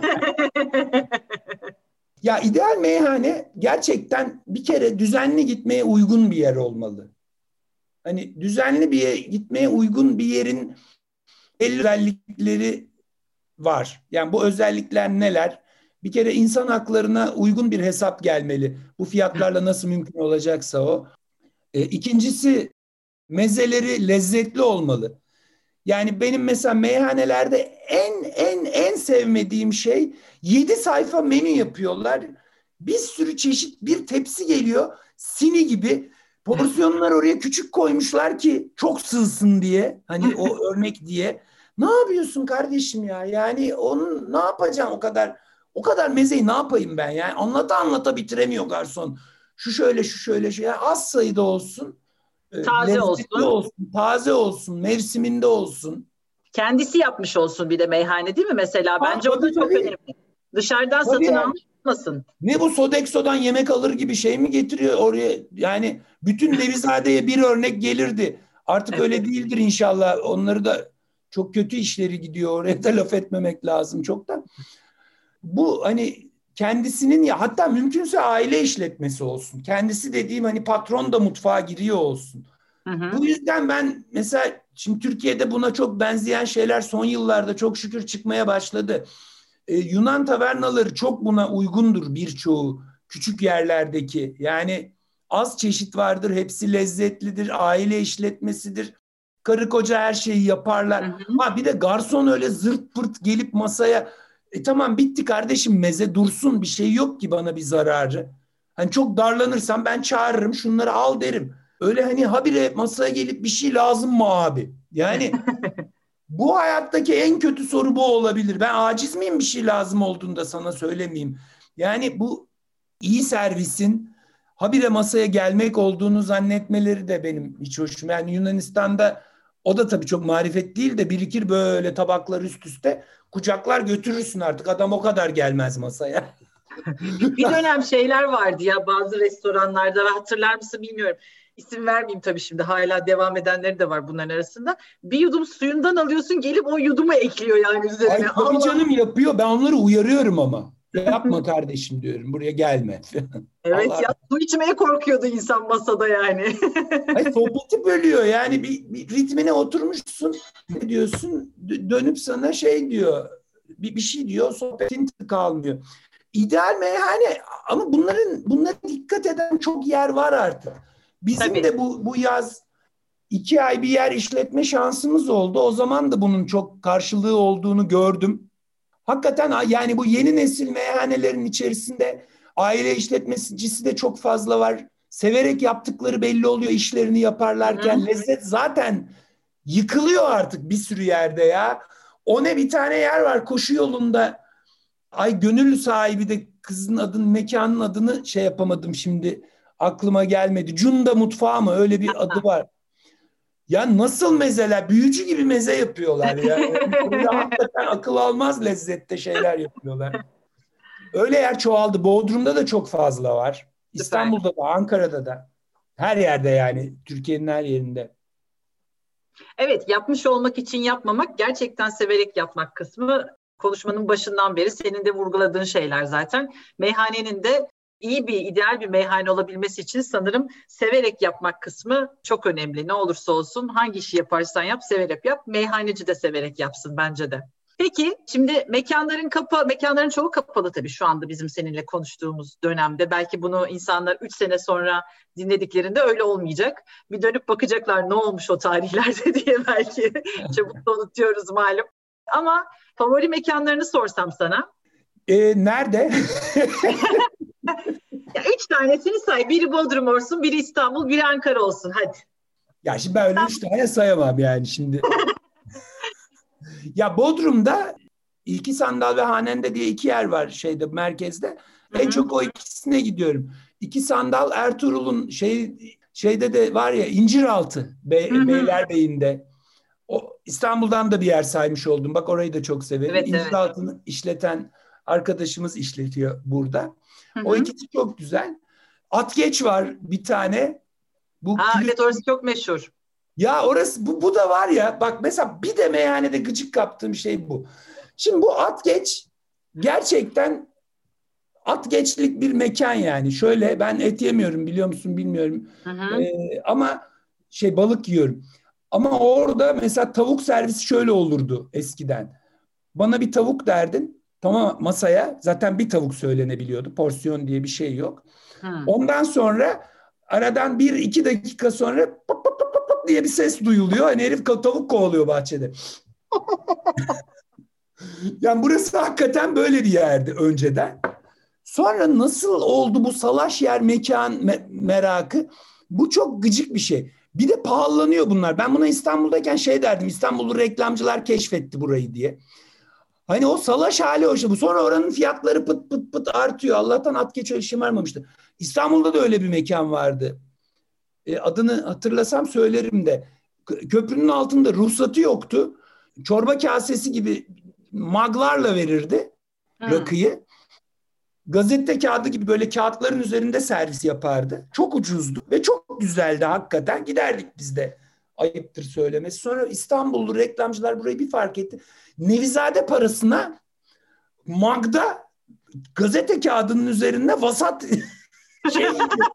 Ya ideal meyhane gerçekten bir kere düzenli gitmeye uygun bir yer olmalı. Hani düzenli bir yere gitmeye uygun bir yerin belli özellikleri var. Yani bu özellikler neler? Bir kere insan haklarına uygun bir hesap gelmeli. Bu fiyatlarla nasıl mümkün olacaksa o. E, ikincisi Mezeleri lezzetli olmalı. Yani benim mesela meyhanelerde en en en sevmediğim şey yedi sayfa menü yapıyorlar. Bir sürü çeşit bir tepsi geliyor. Sini gibi. Porsiyonlar oraya küçük koymuşlar ki çok sığsın diye. Hani o örnek diye. Ne yapıyorsun kardeşim ya? Yani onu ne yapacağım o kadar o kadar mezeyi ne yapayım ben? Yani anlata anlata bitiremiyor garson. Şu şöyle şu şöyle şey. Yani az sayıda olsun. e, Taze Lezzetli olsun. olsun, taze olsun, mevsiminde olsun. Kendisi yapmış olsun bir de meyhane değil mi mesela? Ha, Bence o da tabii çok tabii. önemli. Dışarıdan Tabii satın ya. almış olmasın. Ne bu Sodexo'dan yemek alır gibi şey mi getiriyor oraya? Yani bütün Nevizade'ye bir örnek gelirdi. Artık öyle değildir inşallah. Onları da çok kötü işleri gidiyor. Oraya da laf etmemek lazım çok da. Bu hani kendisinin ya hatta mümkünse aile işletmesi olsun. Kendisi dediğim hani patron da mutfağa giriyor olsun. Hı hı. Bu yüzden ben mesela şimdi Türkiye'de buna çok benzeyen şeyler son yıllarda çok şükür çıkmaya başladı. Ee, Yunan tavernaları çok buna uygundur birçoğu küçük yerlerdeki. Yani az çeşit vardır, hepsi lezzetlidir, aile işletmesidir. Karı koca her şeyi Hı yaparlar. hı. Ha bir de garson öyle zırt pırt gelip masaya e tamam bitti kardeşim meze dursun bir şey yok ki bana bir zararı. Hani çok darlanırsam ben çağırırım şunları al derim. Öyle hani habire masaya gelip bir şey lazım mı abi? Yani bu hayattaki en kötü soru bu olabilir. Ben aciz miyim bir şey lazım olduğunda sana söylemeyeyim. Yani bu iyi servisin habire masaya gelmek olduğunu zannetmeleri de benim hiç hoşuma. Yani Yunanistan'da o da tabii çok marifet değil de birikir böyle tabaklar üst üste kucaklar götürürsün artık. Adam o kadar gelmez masaya. Bir dönem şeyler vardı ya bazı restoranlarda ve hatırlar mısın bilmiyorum. İsim vermeyeyim tabii şimdi hala devam edenleri de var bunların arasında. Bir yudum suyundan alıyorsun gelip o yudumu ekliyor yani üzerine. Ay tabii Allah. canım yapıyor. Ben onları uyarıyorum ama. Yapma kardeşim diyorum. Buraya gelme. Evet Allah. ya su içmeye korkuyordu insan masada yani. Hayır, sohbeti bölüyor. Yani bir, bir ritmine oturmuşsun. Ne diyorsun? Dö- Dönüp sana şey diyor. Bir, bir şey diyor. Sohbetin kalmıyor. İdeal meyhane ama bunların bunlara dikkat eden çok yer var artık. Bizim Tabii. de bu, bu yaz iki ay bir yer işletme şansımız oldu. O zaman da bunun çok karşılığı olduğunu gördüm. Hakikaten yani bu yeni nesil meyhanelerin içerisinde aile işletmecisi de çok fazla var. Severek yaptıkları belli oluyor işlerini Hı hı. yaparlarken. Lezzet zaten yıkılıyor artık bir sürü yerde ya. O ne bir tane yer var koşu yolunda. Ay gönül sahibi de kızın adını mekanın adını şey yapamadım şimdi aklıma gelmedi. Cunda mutfağı mı öyle bir adı var. Ya nasıl mezeler? Büyücü gibi meze yapıyorlar ya. Öyle hakikaten akıl almaz lezzette şeyler yapıyorlar. Öyle yer çoğaldı. Bodrum'da da çok fazla var. Süper. İstanbul'da da, Ankara'da da. Her yerde yani. Türkiye'nin her yerinde. Evet, yapmış olmak için yapmamak, gerçekten severek yapmak kısmı konuşmanın başından beri senin de vurguladığın şeyler zaten. Meyhanenin de iyi bir, ideal bir meyhane olabilmesi için sanırım severek yapmak kısmı çok önemli. Ne olursa olsun hangi işi yaparsan yap, severek yap. Meyhaneci de severek yapsın bence de. Peki şimdi mekanların kapa mekanların çoğu kapalı tabii şu anda bizim seninle konuştuğumuz dönemde. Belki bunu insanlar üç sene sonra dinlediklerinde öyle olmayacak. Bir dönüp bakacaklar ne olmuş o tarihlerde diye belki çabuk da unutuyoruz malum. Ama favori mekanlarını sorsam sana. E, nerede? Ya üç tanesini say. Biri Bodrum olsun, biri İstanbul, biri Ankara olsun. Hadi. Ya şimdi ben öyle üç tane sayamam yani şimdi. Ya Bodrum'da İlki Sandal ve Hanende diye iki yer var şeyde merkezde. Hı En hı. çok o ikisine gidiyorum. İki Sandal Ertuğrul'un şey şeyde de var ya İnciraltı Hı Be hı. Beylerbeyi'nde. O İstanbul'dan da bir yer saymış oldum. Bak orayı da çok severim. Evet, evet. İnciraltı'nı işleten arkadaşımız işletiyor burada. Hı O hı. ikisi çok güzel. Atgeç var bir tane. Bu Ha, külüstür. evet orası çok meşhur. Ya orası bu, bu da var ya bak mesela bir de meyhanede gıcık kaptığım şey bu. Şimdi bu at geç gerçekten at geçlik bir mekan yani. Şöyle ben et yemiyorum biliyor musun bilmiyorum. Hı hı. Ee, ama şey balık yiyorum. Ama orada mesela tavuk servisi şöyle olurdu eskiden. Bana bir tavuk derdin tamam masaya zaten bir tavuk söylenebiliyordu. Porsiyon diye bir şey yok. Hı. Ondan sonra aradan bir iki dakika sonra pop, pop, pop, pop, diye bir ses duyuluyor. Hani herif tavuk kovalıyor bahçede. Yani burası hakikaten böyle bir yerdi önceden. Sonra nasıl oldu bu salaş yer mekan me- merakı? Bu çok gıcık bir şey. Bir de pahalanıyor bunlar. Ben buna İstanbul'dayken şey derdim. İstanbullu reklamcılar keşfetti burayı diye. Hani o salaş hali o şey. Bu sonra oranın fiyatları pıt pıt pıt artıyor. Allah'tan at geç öyle şımarmamıştı. İstanbul'da da öyle bir mekan vardı. E, adını hatırlasam söylerim de. Köprünün altında ruhsatı yoktu. Çorba kasesi gibi maglarla verirdi hmm. rakıyı. Gazete kağıdı gibi böyle kağıtların üzerinde servis yapardı. Çok ucuzdu ve çok güzeldi hakikaten. Giderdik biz de. Ayıptır söylemesi. Sonra İstanbullu reklamcılar burayı bir fark etti. Nevizade parasına magda gazete kağıdının üzerinde vasat şey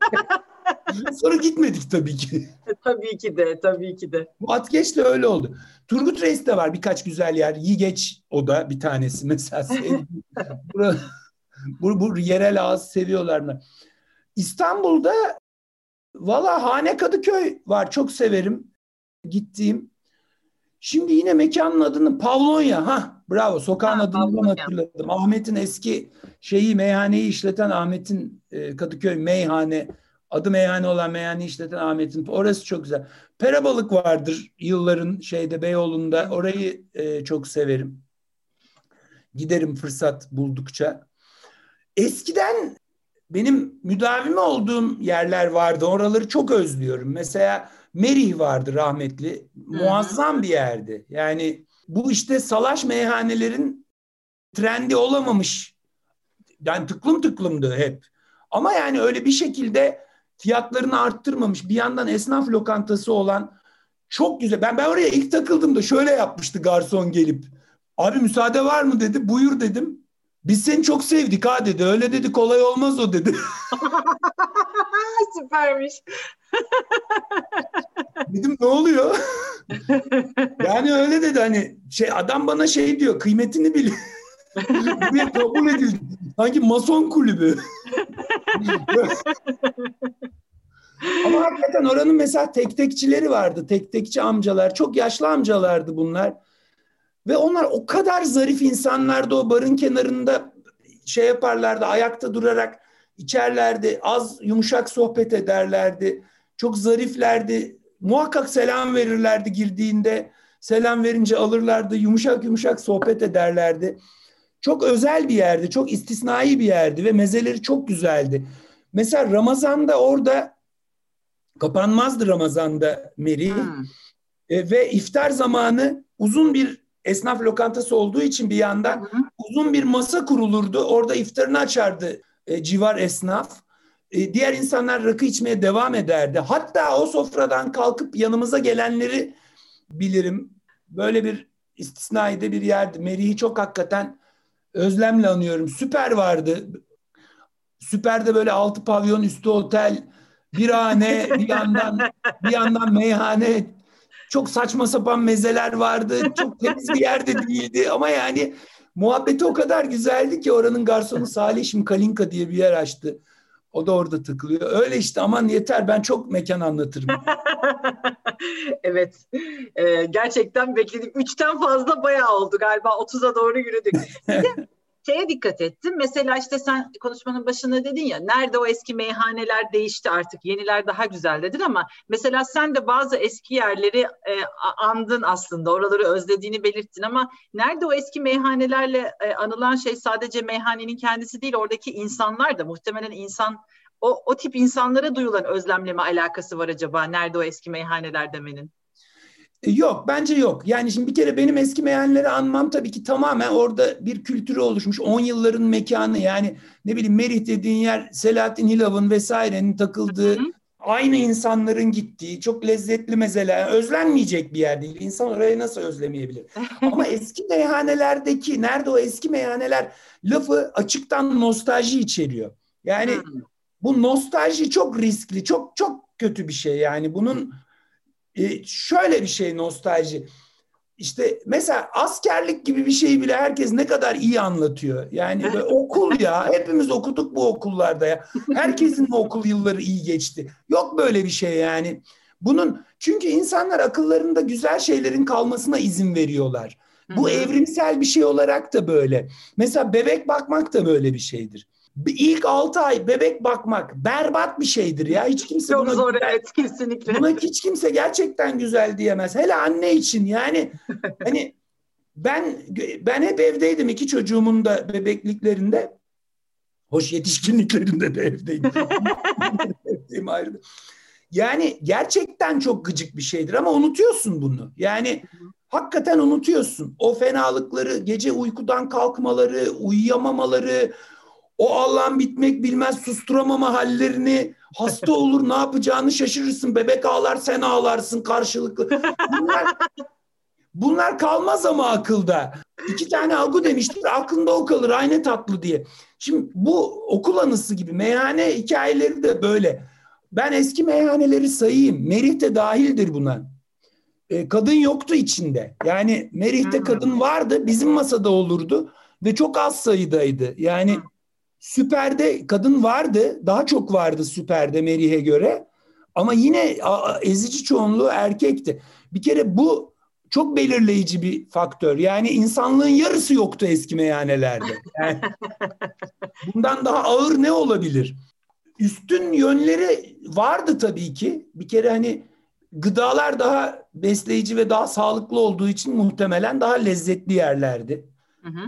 sonra gitmedik tabii ki. Tabii ki de, tabii ki de. Bu Atgeç'le öyle oldu. Turgut Reis'te var birkaç güzel yer. Yigeç o da bir tanesi mesela. bu, bu, bu yerel ağız seviyorlar mı? İstanbul'da valla Hane Kadıköy var. Çok severim. Gittiğim. Şimdi yine mekanın adını Pavlonya. Ha, bravo. Sokağın ha, adını ben hatırladım. Ahmet'in eski şeyi meyhaneyi işleten Ahmet'in e, Kadıköy meyhane. Adı meyhane olan meyhaneyi işleten Ahmet'in. Orası çok güzel. Perabalık vardır yılların şeyde Beyoğlu'nda. Orayı e, çok severim. Giderim fırsat buldukça. Eskiden benim müdavimi olduğum yerler vardı. Oraları çok özlüyorum. Mesela Merih vardı rahmetli. Muazzam bir yerdi. Yani bu işte salaş meyhanelerin trendi olamamış. Yani tıklım tıklımdı hep. Ama yani öyle bir şekilde fiyatlarını arttırmamış. Bir yandan esnaf lokantası olan çok güzel. Ben ben oraya ilk takıldığımda şöyle yapmıştı garson gelip. Abi müsaade var mı dedi. Buyur dedim. Biz seni çok sevdik ha dedi. Öyle dedi kolay olmaz o dedi. Süpermiş. Dedim ne oluyor? Yani öyle dedi hani şey adam bana şey diyor kıymetini bil. Buraya kabul edildi. Sanki mason kulübü. Ama hakikaten oranın mesela tek tekçileri vardı. Tek tekçi amcalar. Çok yaşlı amcalardı bunlar. Ve onlar o kadar zarif insanlardı o barın kenarında şey yaparlardı. Ayakta durarak içerlerdi. Az yumuşak sohbet ederlerdi. Çok zariflerdi. Muhakkak selam verirlerdi girdiğinde. Selam verince alırlardı. Yumuşak yumuşak sohbet ederlerdi. Çok özel bir yerdi. Çok istisnai bir yerdi. Ve mezeleri çok güzeldi. Mesela Ramazan'da orada kapanmazdı Ramazan'da Merih. Hmm. E, ve iftar zamanı uzun bir esnaf lokantası olduğu için bir yandan hı hı. uzun bir masa kurulurdu. Orada iftarını açardı e, civar esnaf. E, diğer insanlar rakı içmeye devam ederdi. Hatta o sofradan kalkıp yanımıza gelenleri bilirim. Böyle bir istisnai de bir yerdi. Merih'i çok hakikaten özlemle anıyorum. Süper vardı. Süper'de böyle altı pavyon üstü otel, birhane, bir yandan bir yandan meyhane. Çok saçma sapan mezeler vardı. Çok temiz bir yerde değildi. Ama yani muhabbeti o kadar güzeldi ki oranın garsonu Salih şimdi Kalinka diye bir yer açtı. O da orada takılıyor. Öyle işte aman yeter ben çok mekan anlatırım. Evet. Ee, gerçekten bekledim. Üçten fazla bayağı oldu galiba. otuza doğru yürüdük. Şeye dikkat ettim. Mesela işte sen konuşmanın başında dedin ya nerede o eski meyhaneler değişti artık yeniler daha güzel dedin ama mesela sen de bazı eski yerleri e, andın aslında oraları özlediğini belirttin ama nerede o eski meyhanelerle e, anılan şey sadece meyhanenin kendisi değil oradaki insanlar da muhtemelen insan o, o tip insanlara duyulan özlemle mi alakası var acaba nerede o eski meyhaneler demenin? Yok bence yok. Yani şimdi bir kere benim eski meyhaneleri anmam tabii ki tamamen orada bir kültürü oluşmuş. on yılların mekanı yani ne bileyim Merih dediğin yer Selahattin Hilav'ın vesairenin takıldığı hı hı. aynı insanların gittiği çok lezzetli mezeler özlenmeyecek bir yer değil. İnsan orayı nasıl özlemeyebilir? Ama eski meyhanelerdeki nerede o eski meyhaneler lafı açıktan nostalji içeriyor. Yani hı. bu nostalji çok riskli çok çok kötü bir şey yani bunun Ee, şöyle bir şey nostalji. İşte mesela askerlik gibi bir şeyi bile herkes ne kadar iyi anlatıyor. Yani böyle okul ya hepimiz okuduk bu okullarda ya. Herkesin okul yılları iyi geçti. Yok böyle bir şey yani. Bunun çünkü insanlar akıllarında güzel şeylerin kalmasına izin veriyorlar. Bu Hı hı. evrimsel bir şey olarak da böyle. Mesela bebek bakmak da böyle bir şeydir. İlk altı ay bebek bakmak berbat bir şeydir ya. Hiç kimse Çok buna zor, güzel, evet, kesinlikle. buna hiç kimse gerçekten güzel diyemez. Hele anne için yani hani ben ben hep evdeydim iki çocuğumun da bebekliklerinde. Hoş yetişkinliklerinde de evdeyim. Evdeyim ayrı. Yani gerçekten çok gıcık bir şeydir ama unutuyorsun bunu. Yani hakikaten unutuyorsun. O fenalıkları, gece uykudan kalkmaları, uyuyamamaları, o Allah'ın bitmek bilmez susturamama hallerini, hasta olur ne yapacağını şaşırırsın. Bebek ağlar sen ağlarsın karşılıklı. Bunlar, bunlar kalmaz ama akılda. İki tane algı demiştir aklında o kalır aynı tatlı diye. Şimdi bu okul anısı gibi meyhane hikayeleri de böyle. Ben eski meyhaneleri sayayım. Merih de dahildir buna. E, kadın yoktu içinde. Yani Merih'te kadın vardı. Bizim masada olurdu. Ve çok az sayıdaydı. Yani Süper'de kadın vardı. Daha çok vardı Süper'de Merih'e göre. Ama yine a, ezici çoğunluğu erkekti. Bir kere bu çok belirleyici bir faktör. Yani insanlığın yarısı yoktu eski meyhanelerde. Yani bundan daha ağır ne olabilir? Üstün yönleri vardı tabii ki. Bir kere hani gıdalar daha besleyici ve daha sağlıklı olduğu için muhtemelen daha lezzetli yerlerdi. Hı hı.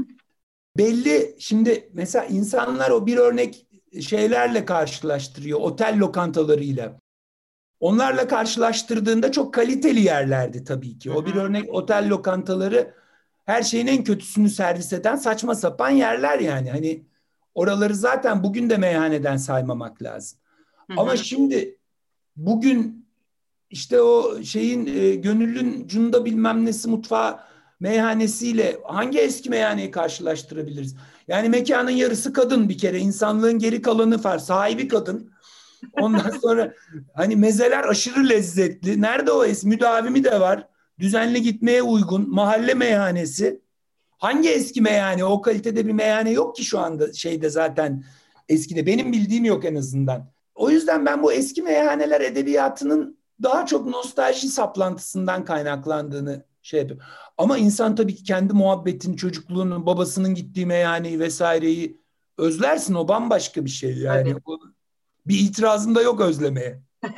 Belli şimdi mesela insanlar o bir örnek şeylerle karşılaştırıyor. Otel lokantalarıyla. Onlarla karşılaştırdığında çok kaliteli yerlerdi tabii ki. O bir örnek otel lokantaları her şeyin en kötüsünü servis eden saçma sapan yerler yani. Hani oraları zaten bugün de meyhaneden saymamak lazım. Hı Ama hı. şimdi bugün işte o şeyin e, gönüllün cunda bilmem nesi mutfağı meyhanesiyle hangi eski meyhaneyi karşılaştırabiliriz? Yani mekanın yarısı kadın bir kere. İnsanlığın geri kalanı var. Sahibi kadın. Ondan sonra hani mezeler aşırı lezzetli. Nerede o eski? Müdavimi de var. Düzenli gitmeye uygun. Mahalle meyhanesi. Hangi eski meyhane? O kalitede bir meyhane yok ki şu anda şeyde zaten eskide. Benim bildiğim yok en azından. O yüzden ben bu eski meyhaneler edebiyatının daha çok nostalji saplantısından kaynaklandığını şey yapıyorum. Ama insan tabii ki kendi muhabbetini, çocukluğunu, babasının gittiği meyhaneyi vesaireyi özlersin. O bambaşka bir şey yani. Tabii. O, bir itirazım da yok özlemeye.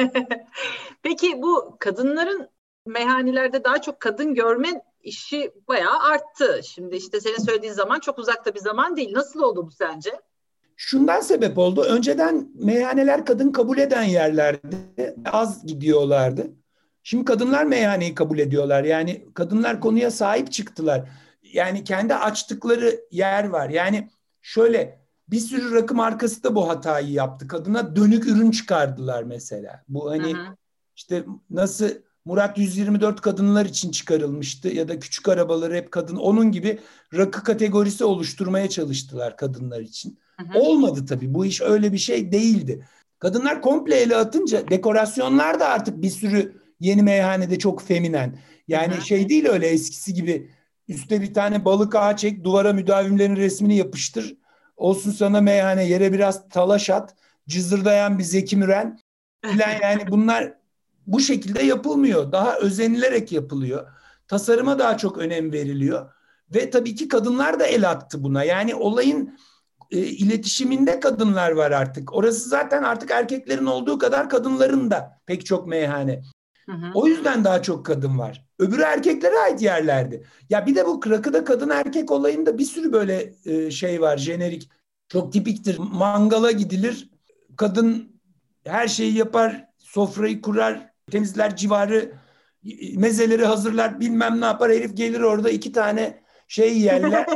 Peki bu kadınların meyhanelerde daha çok kadın görme işi bayağı arttı. Şimdi işte senin söylediğin zaman çok uzakta bir zaman değil. Nasıl oldu bu sence? Şundan sebep oldu. Önceden meyhaneler kadın kabul eden yerlerdi. Az gidiyorlardı. Şimdi kadınlar meyhaneyi kabul ediyorlar. Yani kadınlar konuya sahip çıktılar. Yani kendi açtıkları yer var. Yani şöyle bir sürü rakı markası da bu hatayı yaptı. Kadına dönük ürün çıkardılar mesela. Bu Hı hani hı. işte nasıl Murat yüz yirmi dört kadınlar için çıkarılmıştı ya da küçük arabaları hep kadın. Onun gibi rakı kategorisi oluşturmaya çalıştılar kadınlar için. Hı hı. Olmadı tabii. Bu iş öyle bir şey değildi. Kadınlar komple ele atınca dekorasyonlar da artık bir sürü yeni meyhanede çok feminen. Hı Yani hı. şey değil öyle eskisi gibi üstte bir tane balık ağı çek, duvara müdavimlerin resmini yapıştır. Olsun sana meyhane, yere biraz talaş at, cızırdayan bir Zeki Müren filan yani bunlar bu şekilde yapılmıyor. Daha özenilerek yapılıyor. Tasarıma daha çok önem veriliyor. Ve tabii ki kadınlar da el attı buna. Yani olayın e, iletişiminde kadınlar var artık. Orası zaten artık erkeklerin olduğu kadar kadınların da pek çok meyhane. Hı hı. O yüzden daha çok kadın var. Öbürü erkeklere ait yerlerdi. Ya bir de bu rakıda kadın erkek olayında bir sürü böyle e, şey var, jenerik. Çok tipiktir. Mangala gidilir. Kadın her şeyi yapar, sofrayı kurar, temizler civarı, mezeleri hazırlar, bilmem ne yapar. Herif gelir orada iki tane şey yerler.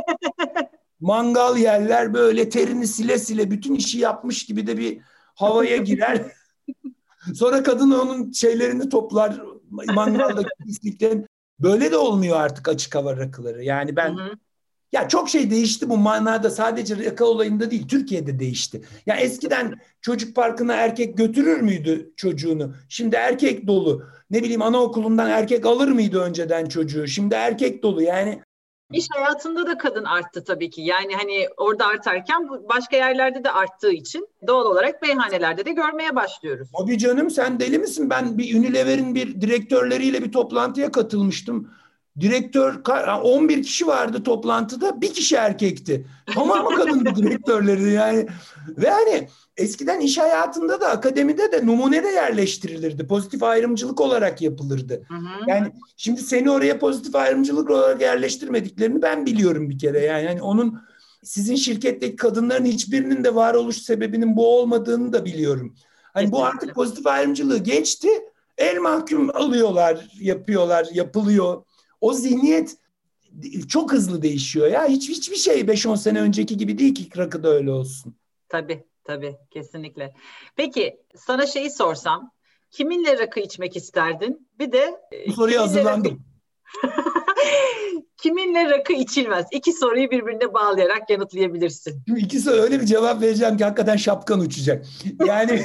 Mangal yerler böyle terini sile sile bütün işi yapmış gibi de bir havaya girer. Sonra kadın onun şeylerini toplar mangaldaki pisliklerin. Böyle de olmuyor artık açık hava rakıları. Yani Hı ben hı. ya çok şey değişti bu manada sadece rakı olayında değil Türkiye'de değişti. Ya eskiden çocuk parkına erkek götürür müydü çocuğunu? Şimdi erkek dolu. Ne bileyim anaokulundan erkek alır mıydı önceden çocuğu? Şimdi erkek dolu yani İş hayatında da kadın arttı tabii ki. Yani hani orada artarken başka yerlerde de arttığı için doğal olarak meyhanelerde de görmeye başlıyoruz. Abi canım, sen deli misin? Ben bir Unilever'in bir direktörleriyle bir toplantıya katılmıştım. Direktör, on bir kişi vardı toplantıda, bir kişi erkekti. Tamamı kadındı direktörleri yani. Ve hani eskiden iş hayatında da akademide de numune de yerleştirilirdi. Pozitif ayrımcılık olarak yapılırdı. Hı hı. Yani şimdi seni oraya pozitif ayrımcılık olarak yerleştirmediklerini ben biliyorum bir kere. Yani, yani onun, sizin şirketteki kadınların hiçbirinin de varoluş sebebinin bu olmadığını da biliyorum. Hani kesinlikle. Bu artık pozitif ayrımcılığı geçti. El mahkum alıyorlar, yapıyorlar, yapılıyor. O zihniyet çok hızlı değişiyor ya. Hiç hiçbir şey beş on sene önceki gibi değil ki rakıda öyle olsun. Tabii, tabii, kesinlikle. Peki sana şeyi sorsam, kiminle rakı içmek isterdin? Bir de bu soruya hazırlandım. Rakı... kiminle rakı içilmez? İki soruyu birbirine bağlayarak yanıtlayabilirsin. Şimdi ikisi öyle bir cevap vereceğim ki hakikaten şapkan uçacak. Yani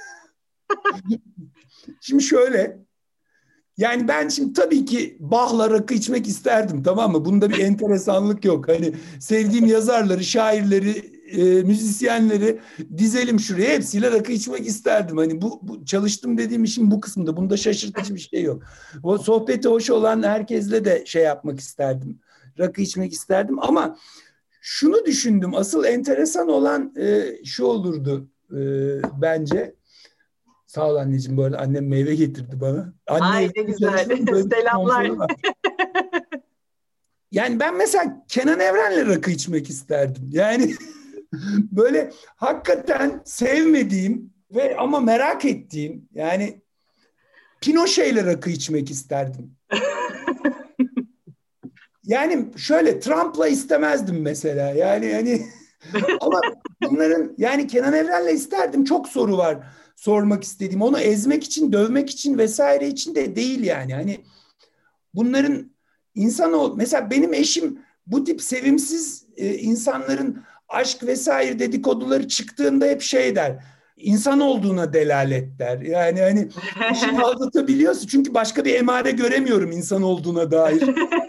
şimdi şöyle, yani ben şimdi tabii ki Bach'la rakı içmek isterdim, tamam mı? Bunda bir enteresanlık yok. Hani sevdiğim yazarları, şairleri, e, müzisyenleri dizelim şuraya, hepsiyle rakı içmek isterdim. Hani bu, bu çalıştım dediğim işin bu kısmında. Bunda şaşırtıcı bir şey yok. O sohbeti hoş olan herkesle de şey yapmak isterdim. Rakı içmek isterdim ama şunu düşündüm. Asıl enteresan olan e, şu olurdu e, bence. Sağ ol anneciğim, bu arada annem meyve getirdi bana. Anne, ay ne güzel. Selamlar. Yani ben mesela Kenan Evren'le rakı içmek isterdim. Yani böyle hakikaten sevmediğim ve ama merak ettiğim, yani Pinochet'le rakı içmek isterdim. Yani şöyle Trump'la istemezdim mesela. Yani hani ama bunların, yani Kenan Evren'le isterdim. Çok soru var sormak istediğim. Onu ezmek için, dövmek için vesaire için de değil yani. Hani bunların insan ol, mesela benim eşim bu tip sevimsiz e, insanların aşk vesaire dedikoduları çıktığında hep şey der. İnsan olduğuna delalet der. Yani hani işini aldatabiliyorsun. Çünkü başka bir emare göremiyorum insan olduğuna dair.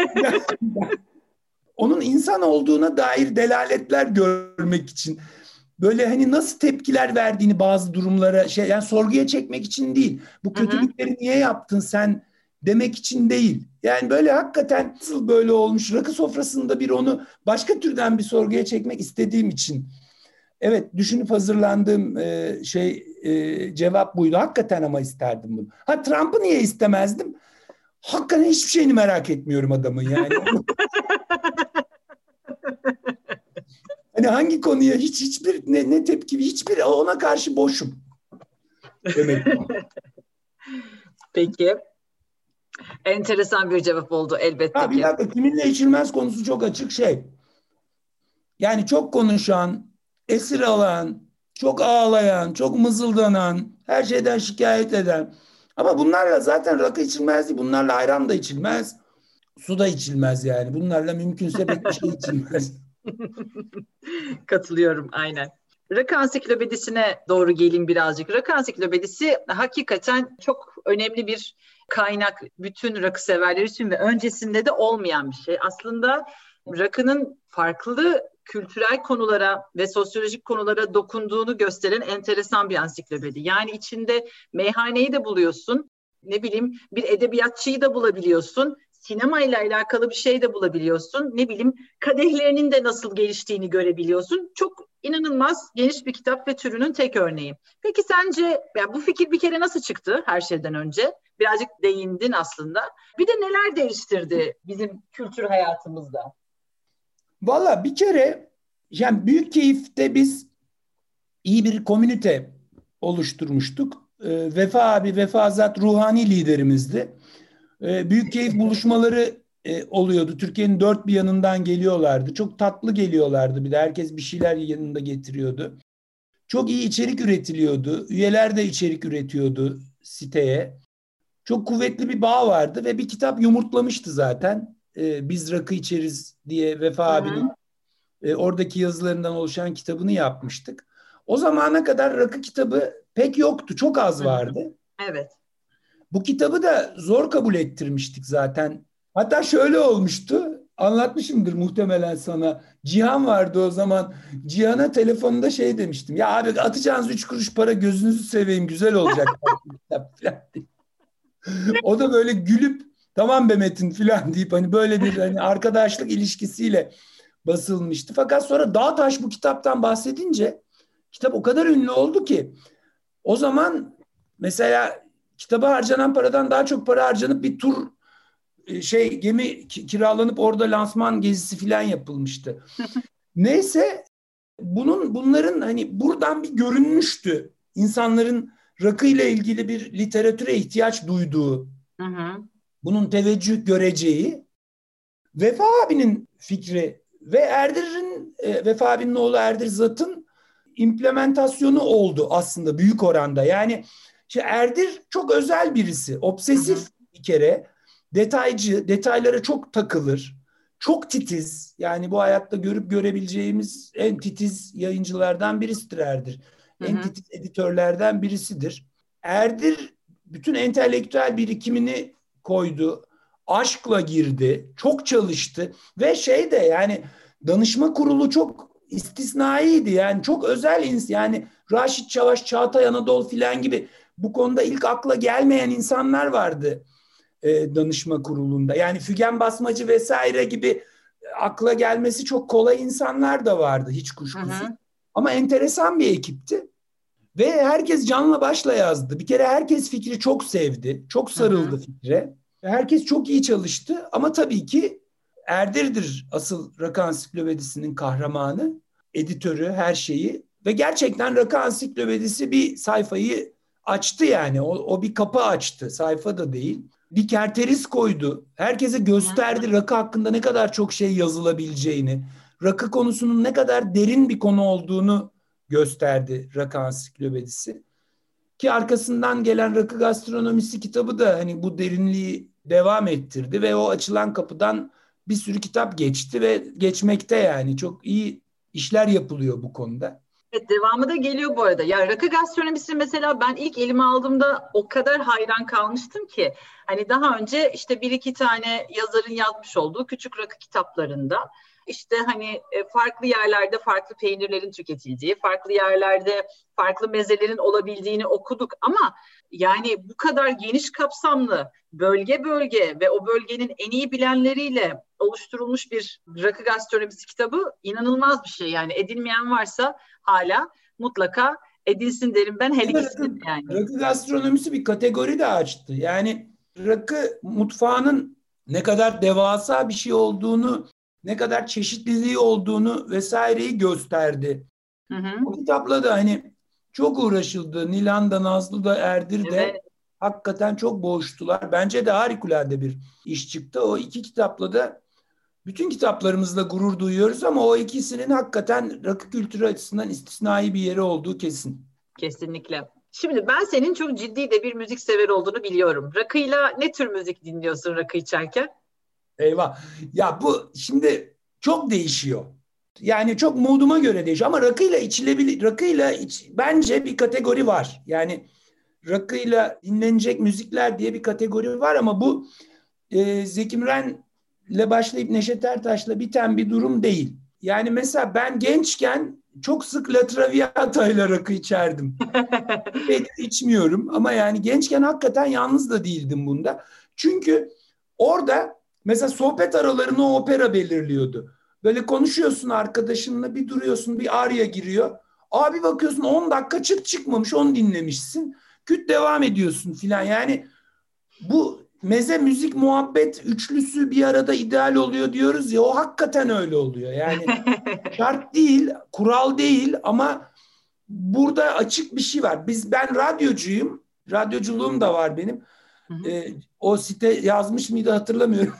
Onun insan olduğuna dair delaletler görmek için, böyle hani nasıl tepkiler verdiğini bazı durumlara, şey, yani sorguya çekmek için değil. Bu kötülükleri hı hı. niye yaptın sen demek için değil. Yani böyle hakikaten nasıl böyle olmuş, rakı sofrasında bir onu başka türden bir sorguya çekmek istediğim için. Evet, düşünüp hazırlandığım e, şey e, cevap buydu. Hakikaten ama isterdim bunu. Ha, Trump'ı niye istemezdim? Hakikaten hiçbir şeyini merak etmiyorum adamın yani. Hani hangi konuya hiç hiçbir ne, ne tepki, hiçbir, ona karşı boşum demek. Peki. Enteresan bir cevap oldu elbette ha, ki. Bir dakika, kiminle içilmez konusu çok açık şey. Yani çok konuşan, esir alan, çok ağlayan, çok mızıldanan, her şeyden şikayet eden. Ama bunlarla zaten rakı içilmez değil. Bunlarla ayran da içilmez. Su da içilmez yani. Bunlarla mümkünse pek bir şey içilmez. Katılıyorum aynen. Rakı Ansiklopedisi'ne doğru geleyim birazcık. Rakı Ansiklopedisi hakikaten çok önemli bir kaynak. Bütün rakı severler için ve öncesinde de olmayan bir şey. Aslında rakının farklı kültürel konulara ve sosyolojik konulara dokunduğunu gösteren enteresan bir ansiklopedi. Yani içinde meyhaneyi de buluyorsun, ne bileyim bir edebiyatçıyı da bulabiliyorsun, sinemayla alakalı bir şey de bulabiliyorsun, ne bileyim kadehlerinin de nasıl geliştiğini görebiliyorsun. Çok inanılmaz geniş bir kitap ve türünün tek örneği. Peki sence yani bu fikir bir kere nasıl çıktı her şeyden önce? Birazcık değindin aslında. Bir de neler değiştirdi bizim kültür hayatımızda? Valla bir kere yani Büyükkeyif'te biz iyi bir komünite oluşturmuştuk. E, Vefa abi, Vefa Zat ruhani liderimizdi. E, Büyükkeyif buluşmaları e, oluyordu. Türkiye'nin dört bir yanından geliyorlardı. Çok tatlı geliyorlardı. Bir de herkes bir şeyler yanında getiriyordu. Çok iyi içerik üretiliyordu. Üyeler de içerik üretiyordu siteye. Çok kuvvetli bir bağ vardı ve bir kitap yumurtlamıştı zaten. E, Biz rakı içeriz diye Vefa abinin e, oradaki yazılarından oluşan kitabını yapmıştık. O zamana kadar rakı kitabı pek yoktu. Çok az vardı. Evet. Bu kitabı da zor kabul ettirmiştik zaten. Hatta şöyle olmuştu. anlatmışımdır muhtemelen sana. Cihan vardı o zaman. Cihan'a telefonda şey demiştim. Ya abi atacağınız üç kuruş para gözünüzü seveyim güzel olacak. O da böyle gülüp tamam be Metin falan deyip hani böyle bir hani arkadaşlık ilişkisiyle basılmıştı. Fakat sonra Dağtaş bu kitaptan bahsedince kitap o kadar ünlü oldu ki o zaman mesela kitaba harcanan paradan daha çok para harcanıp bir tur şey gemi kiralanıp orada lansman gezisi falan yapılmıştı. Neyse bunun bunların hani buradan bir görünmüştü. İnsanların rakı ile ilgili bir literatüre ihtiyaç duyduğu, hı hı. bunun teveccüh göreceği. Vefa abinin fikri ve Erdir'in e, Vefa abinin oğlu Erdir Zat'ın implementasyonu oldu aslında büyük oranda. Yani işte Erdir çok özel birisi, obsesif hı hı. bir kere, detaycı, detaylara çok takılır, çok titiz. Yani bu hayatta görüp görebileceğimiz en titiz yayıncılardan birisidir Erdir. Hı hı. En titiz editörlerden birisidir. Erdir bütün entelektüel birikimini koydu. Aşkla girdi, çok çalıştı ve şey de yani danışma kurulu çok istisnaiydi. Yani çok özel yani Raşit Çavaş, Çağatay Anadolu filan gibi bu konuda ilk akla gelmeyen insanlar vardı e, danışma kurulunda. Yani Fügen Basmacı vesaire gibi akla gelmesi çok kolay insanlar da vardı hiç kuşkusuz. Hı hı. Ama enteresan bir ekipti. Ve herkes canla başla yazdı. Bir kere herkes fikri çok sevdi. Çok sarıldı hı hı. fikre. Herkes çok iyi çalıştı ama tabii ki Erdir'dir asıl Rakı Ansiklopedisi'nin kahramanı, editörü, her şeyi. Ve gerçekten Rakı Ansiklopedisi bir sayfayı açtı yani. O, o bir kapı açtı, sayfa da değil. Bir kerteriz koydu. Herkese gösterdi rakı hakkında ne kadar çok şey yazılabileceğini. Rakı konusunun ne kadar derin bir konu olduğunu gösterdi Rakı Ansiklopedisi. Ki arkasından gelen Rakı Gastronomisi kitabı da hani bu derinliği devam ettirdi ve o açılan kapıdan bir sürü kitap geçti ve geçmekte yani çok iyi işler yapılıyor bu konuda. Evet, devamı da geliyor bu arada. Ya Rakı Gastronomisi mesela ben ilk elime aldığımda o kadar hayran kalmıştım ki hani daha önce işte bir iki tane yazarın yazmış olduğu küçük rakı kitaplarında işte hani farklı yerlerde farklı peynirlerin tüketildiği, farklı yerlerde farklı mezelerin olabildiğini okuduk ama yani bu kadar geniş kapsamlı bölge bölge ve o bölgenin en iyi bilenleriyle oluşturulmuş bir rakı gastronomisi kitabı inanılmaz bir şey. Yani edilmeyen varsa hala mutlaka edilsin derim ben her ikisinin yani. Rakı gastronomisi bir kategori de açtı. Yani rakı mutfağının ne kadar devasa bir şey olduğunu, ne kadar çeşitliliği olduğunu vesaireyi gösterdi. Hı hı. O kitapla da hani çok uğraşıldı. Nilan da, Nazlı da, Erdir de evet. Hakikaten çok boğuştular. Bence de harikulade bir iş çıktı. O iki kitapla da bütün kitaplarımızla gurur duyuyoruz ama o ikisinin hakikaten rakı kültürü açısından istisnai bir yeri olduğu kesin. Kesinlikle. Şimdi ben senin çok ciddi de bir müzik sever olduğunu biliyorum. Rakıyla ne tür müzik dinliyorsun rakı içerken? Eyvah. Ya bu şimdi çok değişiyor. Yani çok moduma göre değişiyor ama rakıyla içilebilir. Rakıyla iç, bence bir kategori var. Yani rakıyla dinlenecek müzikler diye bir kategori var ama bu e, Zeki Müren'le başlayıp Neşet Ertaş'la biten bir durum değil. Yani mesela ben gençken çok sık La Traviata ile rakı içerdim. Pek içmiyorum ama yani gençken hakikaten yalnız da değildim bunda. Çünkü orada mesela sohbet aralarını o opera belirliyordu. Böyle konuşuyorsun arkadaşınla bir duruyorsun bir arya giriyor. Abi bakıyorsun on dakika çıt çıkmamış onu dinlemişsin. Küt devam ediyorsun filan yani bu meze müzik muhabbet üçlüsü bir arada ideal oluyor diyoruz ya o hakikaten öyle oluyor. Yani şart değil, kural değil ama burada açık bir şey var. Biz ben radyocuyum. Radyoculuğum da var benim. Hı hı. Ee, o site yazmış mıydı hatırlamıyorum.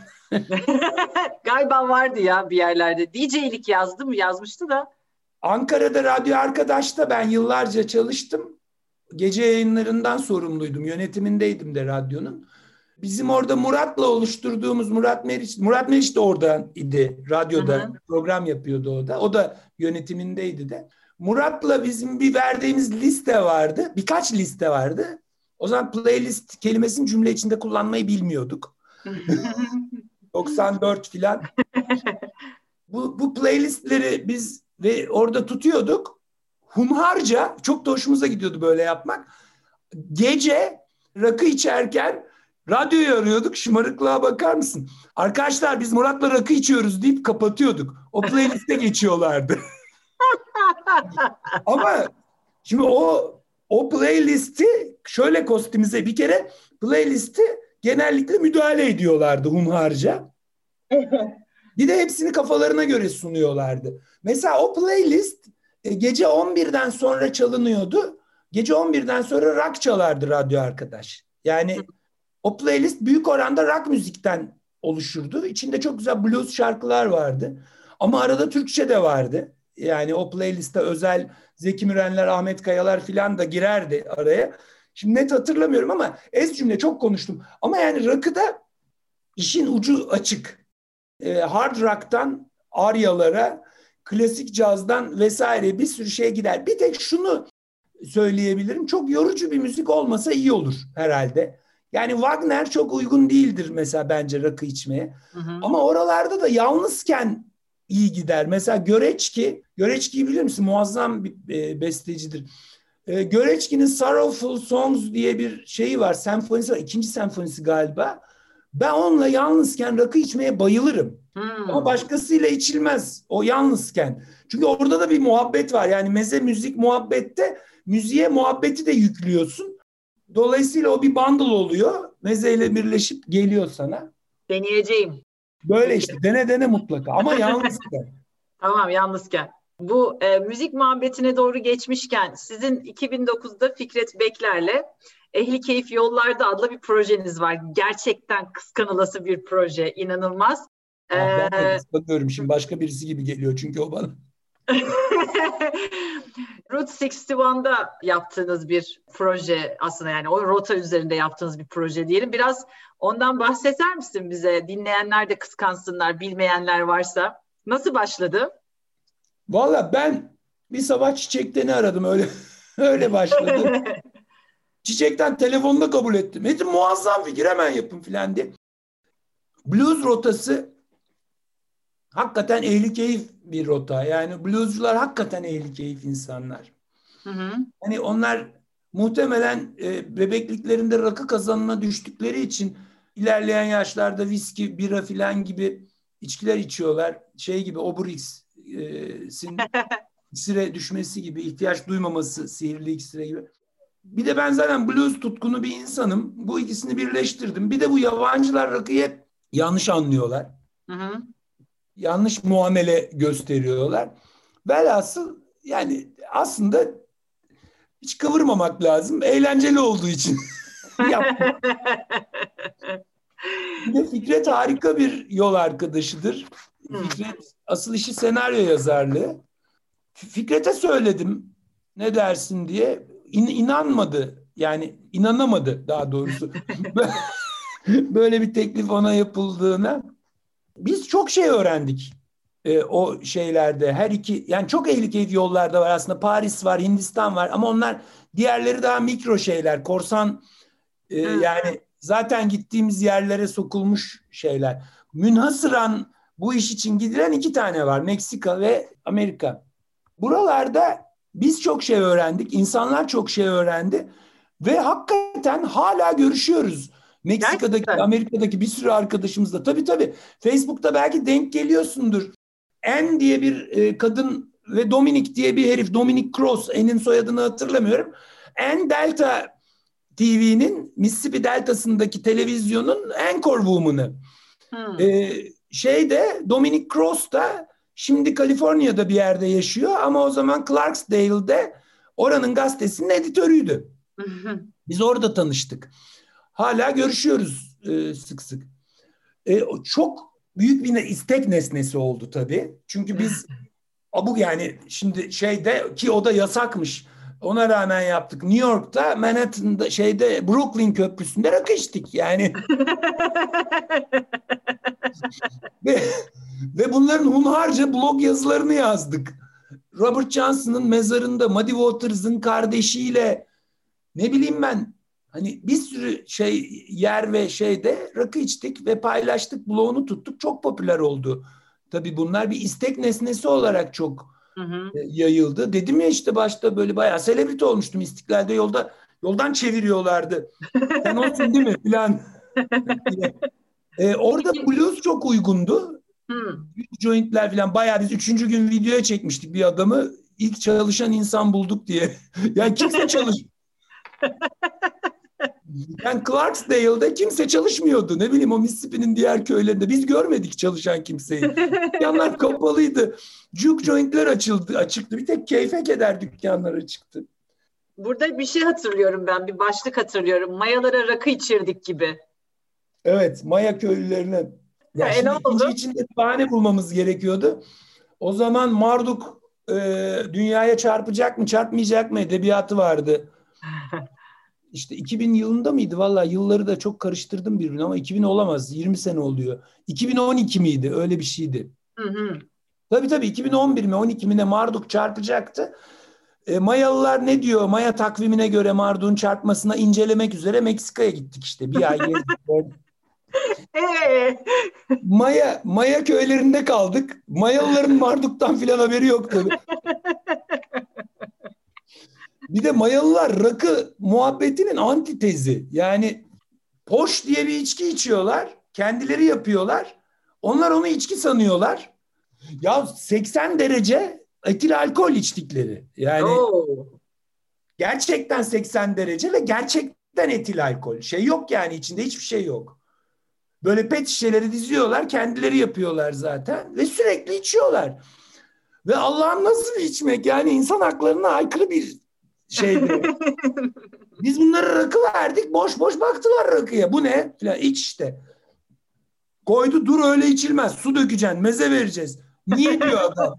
Galiba vardı ya bir yerlerde. D J'lik yazdı mı? Yazmıştı da. Ankara'da Radyo Arkadaş'ta ben yıllarca çalıştım. Gece yayınlarından sorumluydum. Yönetimindeydim de radyonun. Bizim orada Murat'la oluşturduğumuz Murat Meriç, Murat Meriç de oradan idi. Radyoda hı hı. program yapıyordu o da. O da yönetimindeydi de. Murat'la bizim bir verdiğimiz liste vardı. Birkaç liste vardı. O zaman playlist kelimesini cümle içinde kullanmayı bilmiyorduk. doksan dört filan. Bu, bu playlistleri biz ve orada tutuyorduk. Hunharca, çok da hoşumuza gidiyordu böyle yapmak. Gece rakı içerken radyoyu arıyorduk. Şımarıklığa bakar mısın? Arkadaşlar biz Murat'la rakı içiyoruz deyip kapatıyorduk. O playliste geçiyorlardı. Ama şimdi o o playlisti şöyle kostimize bir kere playlisti genellikle müdahale ediyorlardı hunharca. Bir de hepsini kafalarına göre sunuyorlardı. Mesela o playlist e, gece on birden sonra çalınıyordu. Gece on birden sonra rock çalardı radyo arkadaş. Yani o playlist büyük oranda rock müzikten oluşurdu. İçinde çok güzel blues şarkılar vardı. Ama arada Türkçe de vardı. Yani o playliste özel Zeki Mürenler, Ahmet Kayalar filan da girerdi araya. Şimdi net hatırlamıyorum ama ez cümle çok konuştum. Ama yani rock'ı işin ucu açık. E, hard rock'tan aryalara, klasik cazdan vesaire bir sürü şey gider. Bir tek şunu söyleyebilirim. Çok yorucu bir müzik olmasa iyi olur herhalde. Yani Wagner çok uygun değildir mesela bence rakı içmeye. Hı hı. Ama oralarda da yalnızken iyi gider. Mesela Göreçki, Göreçki'yi bilir misin? Muazzam bir e, bestecidir. E, Göreçki'nin Sorrowful Songs diye bir şeyi var. Senfonisi var. İkinci senfonisi galiba. Ben onunla yalnızken rakı içmeye bayılırım. Hmm. Ama başkasıyla içilmez o yalnızken. Çünkü orada da bir muhabbet var. Yani meze müzik muhabbette müziğe muhabbeti de yüklüyorsun. Dolayısıyla o bir bundle oluyor. Mezeyle birleşip geliyor sana. Deneyeceğim. Böyle işte dene dene mutlaka ama yalnızken. Tamam yalnızken. Bu e, müzik muhabbetine doğru geçmişken sizin iki bin dokuzda Fikret Bekler'le Ehli Keyif Yollarda adlı bir projeniz var. Gerçekten kıskanılası bir proje. İnanılmaz. Ah, ben de kıskanıyorum şimdi. Başka birisi gibi geliyor çünkü o bana. Route altmış birde yaptığınız bir proje aslında, yani o rota üzerinde yaptığınız bir proje diyelim. Biraz ondan bahseder misin bize? Dinleyenler de kıskansınlar, bilmeyenler varsa. Nasıl başladı? Valla ben bir sabah Çiçek'teni aradım, öyle öyle başladı. Çiçek'ten telefonda kabul ettim. Metin muazzam fikir, hemen yapın filan diye. Blues rotası hakikaten ehli keyif bir rota. Yani bluescular hakikaten ehli keyif insanlar. Hı hı. Hani onlar muhtemelen e, bebekliklerinde rakı kazanına düştükleri için ilerleyen yaşlarda viski, bira filan gibi içkiler içiyorlar. Şey gibi Obrix'in iksire düşmesi gibi, ihtiyaç duymaması sihirli iksire gibi. Bir de ben zaten blues tutkunu bir insanım. Bu ikisini birleştirdim. Bir de bu yabancılar rakıyı hep yanlış anlıyorlar. Hı hı. Yanlış muamele gösteriyorlar. Velhasıl yani aslında hiç kıvırmamak lazım. Eğlenceli olduğu için yaptım. Bir de Fikret harika bir yol arkadaşıdır. Fikret asıl işi senaryo yazarlığı. Fikret'e söyledim ne dersin diye. İn, inanmadı. Yani inanamadı daha doğrusu. Böyle bir teklif ona yapıldığına. Biz çok şey öğrendik e, o şeylerde. Her iki, yani çok ehli keyif yollarda var aslında. Paris var, Hindistan var ama onlar diğerleri daha mikro şeyler. Korsan e, yani zaten gittiğimiz yerlere sokulmuş şeyler. Münhasıran bu iş için gidilen iki tane var. Meksika ve Amerika. Buralarda biz çok şey öğrendik. İnsanlar çok şey öğrendi. Ve hakikaten hala görüşüyoruz. Meksika'daki, gerçekten Amerika'daki bir sürü arkadaşımızla. Tabii tabii. Facebook'ta belki denk geliyorsundur. Anne diye bir e, kadın ve Dominic diye bir herif. Dominic Cross. Anne'in soyadını hatırlamıyorum. Anne Delta T V'nin Mississippi Deltası'ndaki televizyonun anchor woman'ı. Hmm. E, şeyde Dominic Cross da şimdi Kaliforniya'da bir yerde yaşıyor ama o zaman Clarksdale'de oranın gazetesinin editörüydü. Biz orada tanıştık. Hala görüşüyoruz e, sık sık. E, çok büyük bir istek nesnesi oldu tabii. Çünkü biz bu yani şimdi şeyde ki o da yasakmış. Ona rağmen yaptık. New York'ta Manhattan'da şeyde Brooklyn Köprüsü'nde rakı içtik yani. ve, ve bunların hunharca blog yazılarını yazdık. Robert Johnson'ın mezarında Muddy Waters'ın kardeşiyle ne bileyim ben Hani bir sürü şey yer ve şeyde rakı içtik ve paylaştık, bloğunu tuttuk. Çok popüler oldu. Tabii bunlar bir istek nesnesi olarak çok Hı hı. e, yayıldı. Dedim ya işte başta böyle bayağı selebriti olmuştum. İstiklal'de yolda yoldan çeviriyorlardı. Sen olsun değil mi falan diye. E, orada Peki. blues çok uygundu. Hı. Jointler falan bayağı biz üçüncü gün videoya çekmiştik bir adamı. İlk çalışan insan bulduk diye. Yani kimse çalış Yani Clarksdale'da kimse çalışmıyordu. Ne bileyim o Mississippi'nin diğer köylerinde. Biz görmedik çalışan kimseyi. Dükkanlar kapalıydı. Juke jointler açıldı, açıktı. Bir tek keyfe keder dükkanlar açıktı. Burada bir şey hatırlıyorum ben, bir başlık hatırlıyorum. Mayalara rakı içirdik gibi. Evet, Maya köylülerine. Ya E ne şimdi ikinci oldu? içinde bahane bulmamız gerekiyordu. O zaman Marduk e, dünyaya çarpacak mı, çarpmayacak mı edebiyatı vardı. İşte iki bin yılında mıydı? Vallahi yılları da çok karıştırdım birbirine ama iki bin olamaz. yirmi sene oluyor. iki bin on iki miydi? Öyle bir şeydi. Hı hı. Tabii tabii iki bin on bir mi on iki mi ne Marduk çarpacaktı. E, Mayalılar ne diyor? Maya takvimine göre Marduk'un çarpmasına incelemek üzere Meksika'ya gittik işte. Bir ay gezdik. Ee? Maya, Maya köylerinde kaldık. Mayalıların Marduk'tan filan haberi yok tabii. Bir de Mayalılar rakı muhabbetinin antitezi. Yani poş diye bir içki içiyorlar. Kendileri yapıyorlar. Onlar onu içki sanıyorlar. Ya seksen derece etil alkol içtikleri. Yani Oo. gerçekten seksen derece ve gerçekten etil alkol. Şey yok yani içinde hiçbir şey yok. Böyle pet şişeleri diziyorlar, kendileri yapıyorlar zaten ve sürekli içiyorlar. Ve Allah'ım nasıl bir içmek yani insan haklarına aykırı bir şeydi. Biz bunlara rakı verdik, boş boş baktılar rakıya. Bu ne? Falan iç işte. Koydu dur öyle içilmez. Su dökeceksin, meze vereceğiz. Niye diyor adam?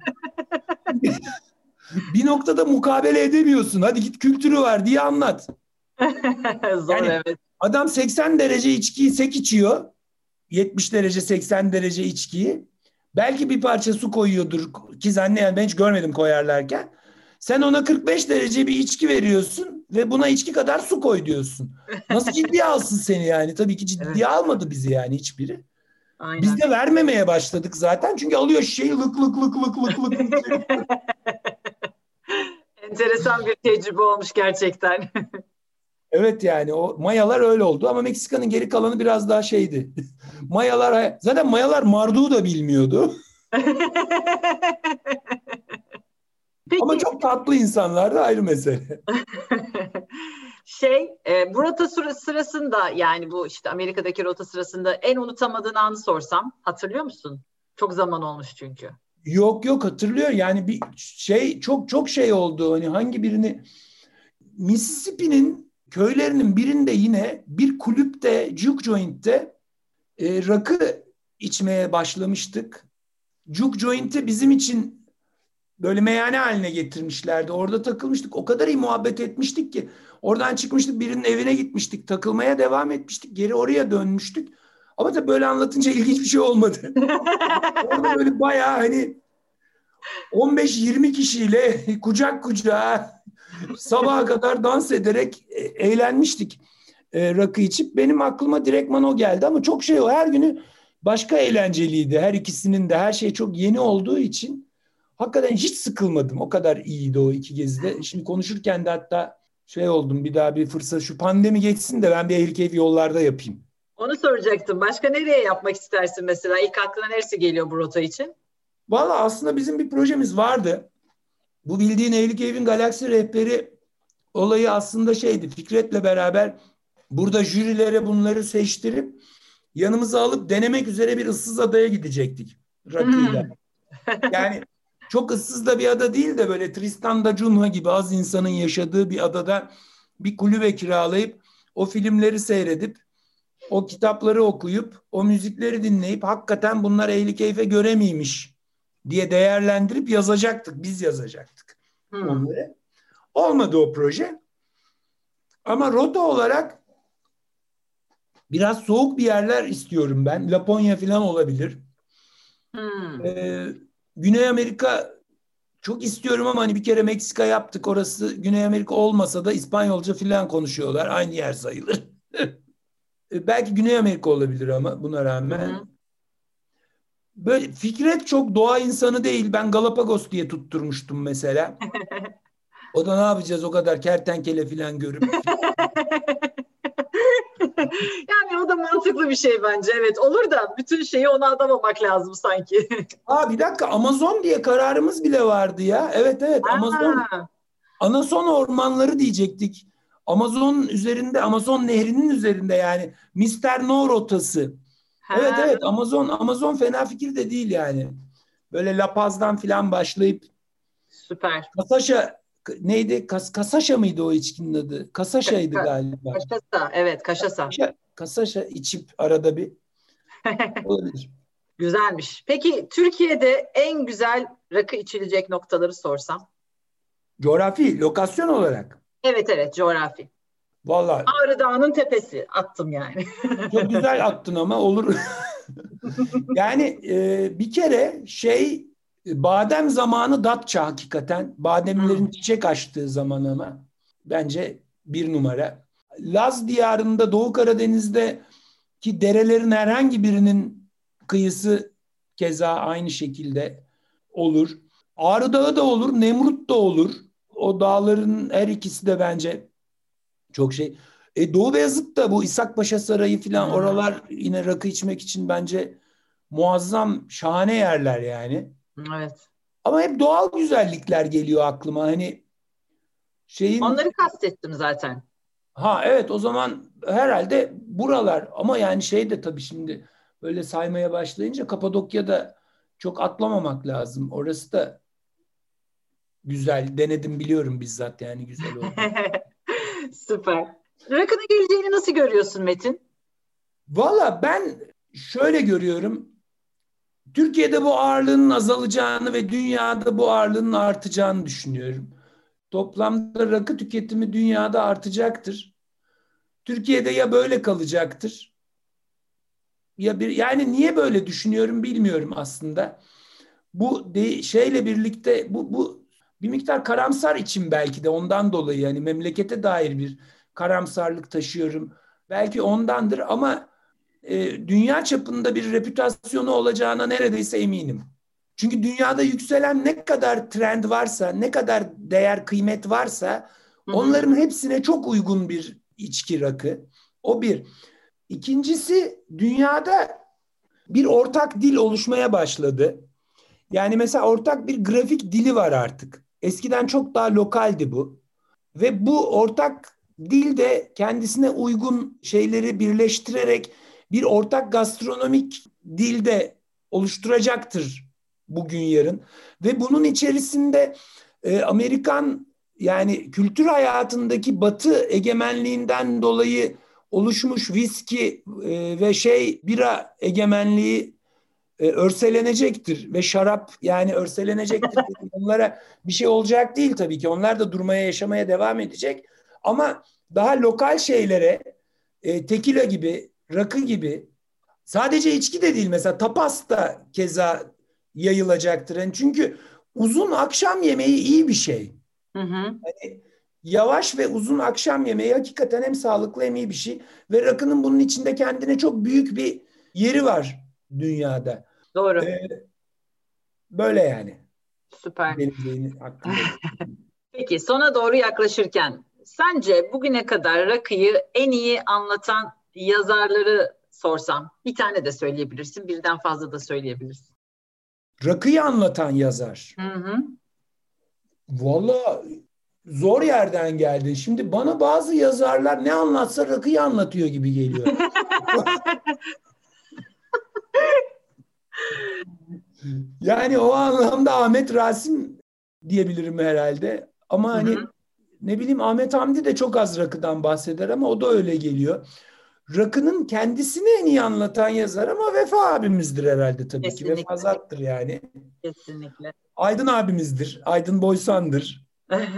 Bir noktada mukabele edemiyorsun. Hadi git kültürü var diye anlat. Zor, Yani evet. adam seksen derece içkiyi sek içiyor. yetmiş derece seksen derece içkiyi. Belki bir parça su koyuyordur ki zannediyorum ben hiç görmedim koyarlarken. Sen ona kırk beş derece bir içki veriyorsun ve buna içki kadar su koy diyorsun. Nasıl ciddiye alsın seni yani? Tabii ki ciddiye Evet, almadı bizi yani hiçbiri. Biz aynen. de vermemeye başladık zaten. Çünkü alıyor şişeyi lık lık lık lık lık lık lık. Enteresan bir tecrübe olmuş gerçekten. Evet yani o Mayalar öyle oldu ama Meksika'nın geri kalanı biraz daha şeydi. Mayalar zaten Mayalar Marduk'u da bilmiyordu. Ama Peki, çok tatlı insanlardı ayrı mesele. şey, e, bu rota sıra- sırasında, yani bu işte Amerika'daki rota sırasında en unutamadığın anı sorsam hatırlıyor musun? Çok zaman olmuş çünkü. Yok yok hatırlıyor yani bir şey çok çok şey oldu hani hangi birini Mississippi'nin köylerinin birinde yine bir kulüpte juke joint'te e, rakı içmeye başlamıştık. Juke joint'i bizim için böyle meyhane haline getirmişlerdi. Orada takılmıştık. O kadar iyi muhabbet etmiştik ki. Oradan çıkmıştık birinin evine gitmiştik. Takılmaya devam etmiştik. Geri oraya dönmüştük. Ama tabii böyle anlatınca ilginç bir şey olmadı. Orada böyle bayağı hani on beş yirmi kişiyle kucak kucağa sabaha kadar dans ederek e, eğlenmiştik e, rakı içip. Benim aklıma direktman o geldi ama çok şey o. Her günü başka eğlenceliydi. Her ikisinin de her şey çok yeni olduğu için hakikaten hiç sıkılmadım. O kadar iyiydi o iki gezide. Şimdi konuşurken de hatta şey oldum bir daha bir fırsat şu pandemi geçsin de ben bir Ehlikev yollarda yapayım. Onu soracaktım. Başka nereye yapmak istersin mesela? İlk aklına neresi geliyor bu rota için? Valla aslında bizim bir projemiz vardı. Bu bildiğin Ehlikev'in Galaksi Rehberi olayı aslında şeydi. Fikret'le beraber burada jürilere bunları seçtirip yanımıza alıp denemek üzere bir ıssız adaya gidecektik rakıyla. Hmm. Yani çok ıssız da bir ada değil de böyle Tristan da Cunha gibi az insanın yaşadığı bir adada bir kulübe kiralayıp o filmleri seyredip o kitapları okuyup o müzikleri dinleyip hakikaten bunlar ehli keyfe göre miymiş diye değerlendirip yazacaktık. Biz yazacaktık Hmm. onları. Olmadı o proje. Ama rota olarak biraz soğuk bir yerler istiyorum ben. Laponya falan olabilir. Hmm. Ee, Güney Amerika çok istiyorum ama hani bir kere Meksika yaptık. Orası Güney Amerika olmasa da İspanyolca filan konuşuyorlar. Aynı yer sayılır. Belki Güney Amerika olabilir ama buna Hı rağmen. hı. Böyle Fikret çok doğa insanı değil. Ben Galapagos diye tutturmuştum mesela. O da ne yapacağız o kadar kertenkele filan görüp. Yani o da mantıklı bir şey bence. Evet, olur da bütün şeyi ona adamamak lazım sanki. Aa bir dakika, Amazon diye kararımız bile vardı ya. Evet evet, Amazon. Ha, Amazon ormanları diyecektik. Amazon üzerinde, Amazon nehrinin üzerinde yani. Mister No rotası. Evet ha, evet, Amazon Amazon fena fikir de değil yani. Böyle La Paz'dan filan başlayıp süper. Kasaşa neydi? Kas, Kasaşa mıydı o içkinin adı? Ka- Kasaşa'ydı ka- galiba. Kaşasa, evet, kaşasa. Kasaşa, Kasaşa içip arada bir olabilir. Güzelmiş. Peki Türkiye'de en güzel rakı içilecek noktaları sorsam? Coğrafi, lokasyon olarak. Evet evet, coğrafi. Vallahi Ağrı Dağı'nın tepesi attım yani. çok güzel attın ama olur. Yani e, bir kere şey, badem zamanı Datça hakikaten. Bademlerin Hmm. çiçek açtığı zaman ama bence bir numara. Laz diyarında Doğu Karadeniz'de ki derelerin herhangi birinin kıyısı keza aynı şekilde olur. Ağrı Dağı da olur, Nemrut da olur. O dağların her ikisi de bence çok şey. E, Doğu Beyazıt da bu İshak Paşa Sarayı falan, Hmm. oralar yine rakı içmek için bence muazzam, şahane yerler yani. Evet. Ama hep doğal güzellikler geliyor aklıma. Hani şeyin, Onları kastettim zaten. ha evet, o zaman herhalde buralar, ama yani şey de tabii şimdi böyle saymaya başlayınca Kapadokya'da çok atlamamak lazım. Orası da güzel. Denedim, biliyorum bizzat yani güzel oldu. Süper. Rakının geleceğini nasıl görüyorsun Metin? Valla ben şöyle görüyorum. Türkiye'de bu ağırlığının azalacağını ve dünyada bu ağırlığının artacağını düşünüyorum. Toplamda rakı tüketimi dünyada artacaktır. Türkiye'de ya böyle kalacaktır ya bir, yani niye böyle düşünüyorum bilmiyorum aslında. Bu de, şeyle birlikte bu bu bir miktar karamsar için, belki de ondan dolayı yani memlekete dair bir karamsarlık taşıyorum. Belki ondandır ama e, dünya çapında bir reputasyonu olacağına neredeyse eminim. Çünkü dünyada yükselen ne kadar trend varsa, ne kadar değer kıymet varsa Hı hı. onların hepsine çok uygun bir içki rakı. O bir. İkincisi, dünyada bir ortak dil oluşmaya başladı. Yani mesela ortak bir grafik dili var artık. Eskiden çok daha lokaldi bu. Ve bu ortak dil de kendisine uygun şeyleri birleştirerek bir ortak gastronomik dilde oluşturacaktır bugün yarın. Ve bunun içerisinde e, Amerikan, yani kültür hayatındaki Batı egemenliğinden dolayı oluşmuş viski e, ve şey bira egemenliği e, örselenecektir ve şarap yani örselenecektir. Onlara bir şey olacak değil tabii ki. Onlar da durmaya, yaşamaya devam edecek. Ama daha lokal şeylere, e, tekila gibi, rakı gibi, sadece içki de değil, mesela tapas da keza yayılacaktır. Yani çünkü uzun akşam yemeği iyi bir şey. Hı hı. Hani yavaş ve uzun akşam yemeği hakikaten hem sağlıklı hem iyi bir şey. Ve rakının bunun içinde kendine çok büyük bir yeri var dünyada. Doğru. Ee, Böyle yani. Süper. Geleceğini hakkında. Peki sona doğru yaklaşırken sence bugüne kadar rakıyı en iyi anlatan yazarları sorsam bir tane de söyleyebilirsin, birden fazla da söyleyebilirsin. Rakıyı anlatan yazar. Hı hı. Valla zor yerden geldin. Şimdi bana bazı yazarlar ne anlatsa rakıyı anlatıyor gibi geliyor. Yani o anlamda Ahmet Rasim diyebilirim herhalde. Ama Hı hani hı. ne bileyim, Ahmet Hamdi de çok az rakıdan bahseder ama o da öyle geliyor. Rakının kendisini en iyi anlatan yazar ama Vefa abimizdir herhalde tabii ki. Vefa Kesinlikle, zattır yani. kesinlikle. Aydın abimizdir. Aydın Boysan'dır.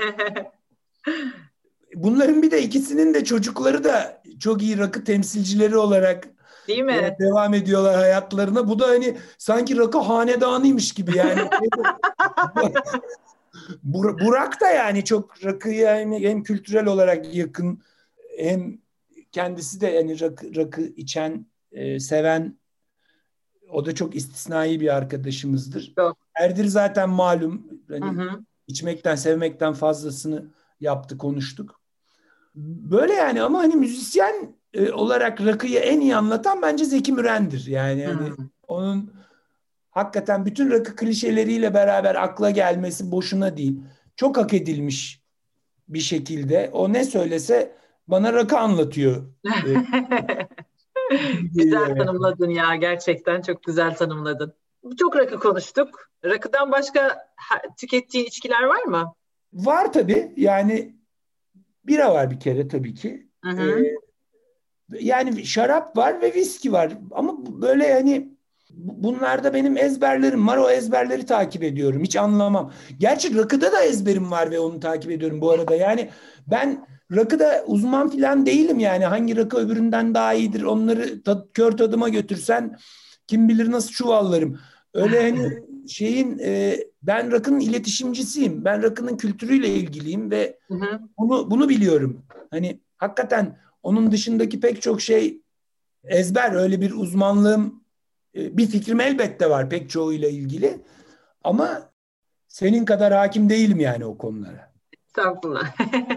Bunların bir de ikisinin de çocukları da çok iyi rakı temsilcileri olarak Değil e, mi? devam ediyorlar hayatlarına. Bu da hani sanki rakı hanedanıymış gibi yani. Bur- Burak da yani çok rakıya hem, hem kültürel olarak yakın, hem kendisi de yani rakı, rakı içen, e, seven, o da çok istisnai bir arkadaşımızdır. Yok. Erdir zaten malum, Hı hani hı. içmekten sevmekten fazlasını yaptı, konuştuk. Böyle yani, ama hani müzisyen e, olarak rakıyı en iyi anlatan bence Zeki Müren'dir. Yani hani Hı. onun hakikaten bütün rakı klişeleriyle beraber akla gelmesi boşuna değil. Çok hak edilmiş bir şekilde. O ne söylese bana rakı anlatıyor. E, gibi Güzel geliyor yani. tanımladın ya, gerçekten çok güzel tanımladın. Çok rakı konuştuk. Rakıdan başka ha- tükettiğin içkiler var mı? Var tabii, yani bira var bir kere tabii ki. Hı E, hı. Yani şarap var ve viski var. Ama bu- böyle hani bu- bunlarda benim ezberlerim var. O ezberleri takip ediyorum. Hiç anlamam. Gerçi rakıda da ezberim var ve onu takip ediyorum bu arada. Yani ben rakıda uzman falan değilim yani. Hangi rakı öbüründen daha iyidir? Onları ta- kör tadıma götürsen kim bilir nasıl çuvallarım. Öyle hani şeyin e, ben rakının iletişimcisiyim. Ben rakının kültürüyle ilgiliyim ve Hı hı. bunu bunu biliyorum. Hani hakikaten onun dışındaki pek çok şey ezber, öyle bir uzmanlığım, e, bir fikrim elbette var pek çoğuyla ilgili. Ama senin kadar hakim değilim yani o konulara. Estağfurullah.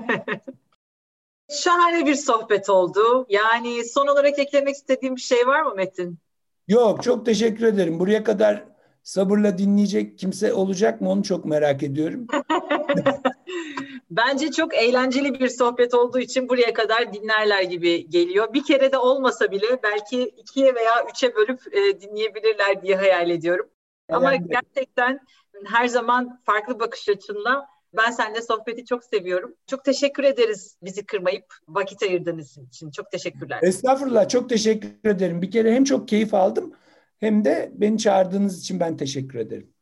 Şahane bir sohbet oldu. Yani son olarak eklemek istediğim bir şey var mı Metin? Yok, çok teşekkür ederim. Buraya kadar sabırla dinleyecek kimse olacak mı onu çok merak ediyorum. Bence çok eğlenceli bir sohbet olduğu için buraya kadar dinlerler gibi geliyor. Bir kere de olmasa bile belki ikiye veya üçe bölüp e, dinleyebilirler diye hayal ediyorum. Ama Ben de. gerçekten her zaman farklı bakış açınla ben seninle sohbeti çok seviyorum. Çok teşekkür ederiz bizi kırmayıp vakit ayırdığınız için. Çok teşekkürler. Estağfurullah, çok teşekkür ederim. Bir kere hem çok keyif aldım hem de beni çağırdığınız için ben teşekkür ederim.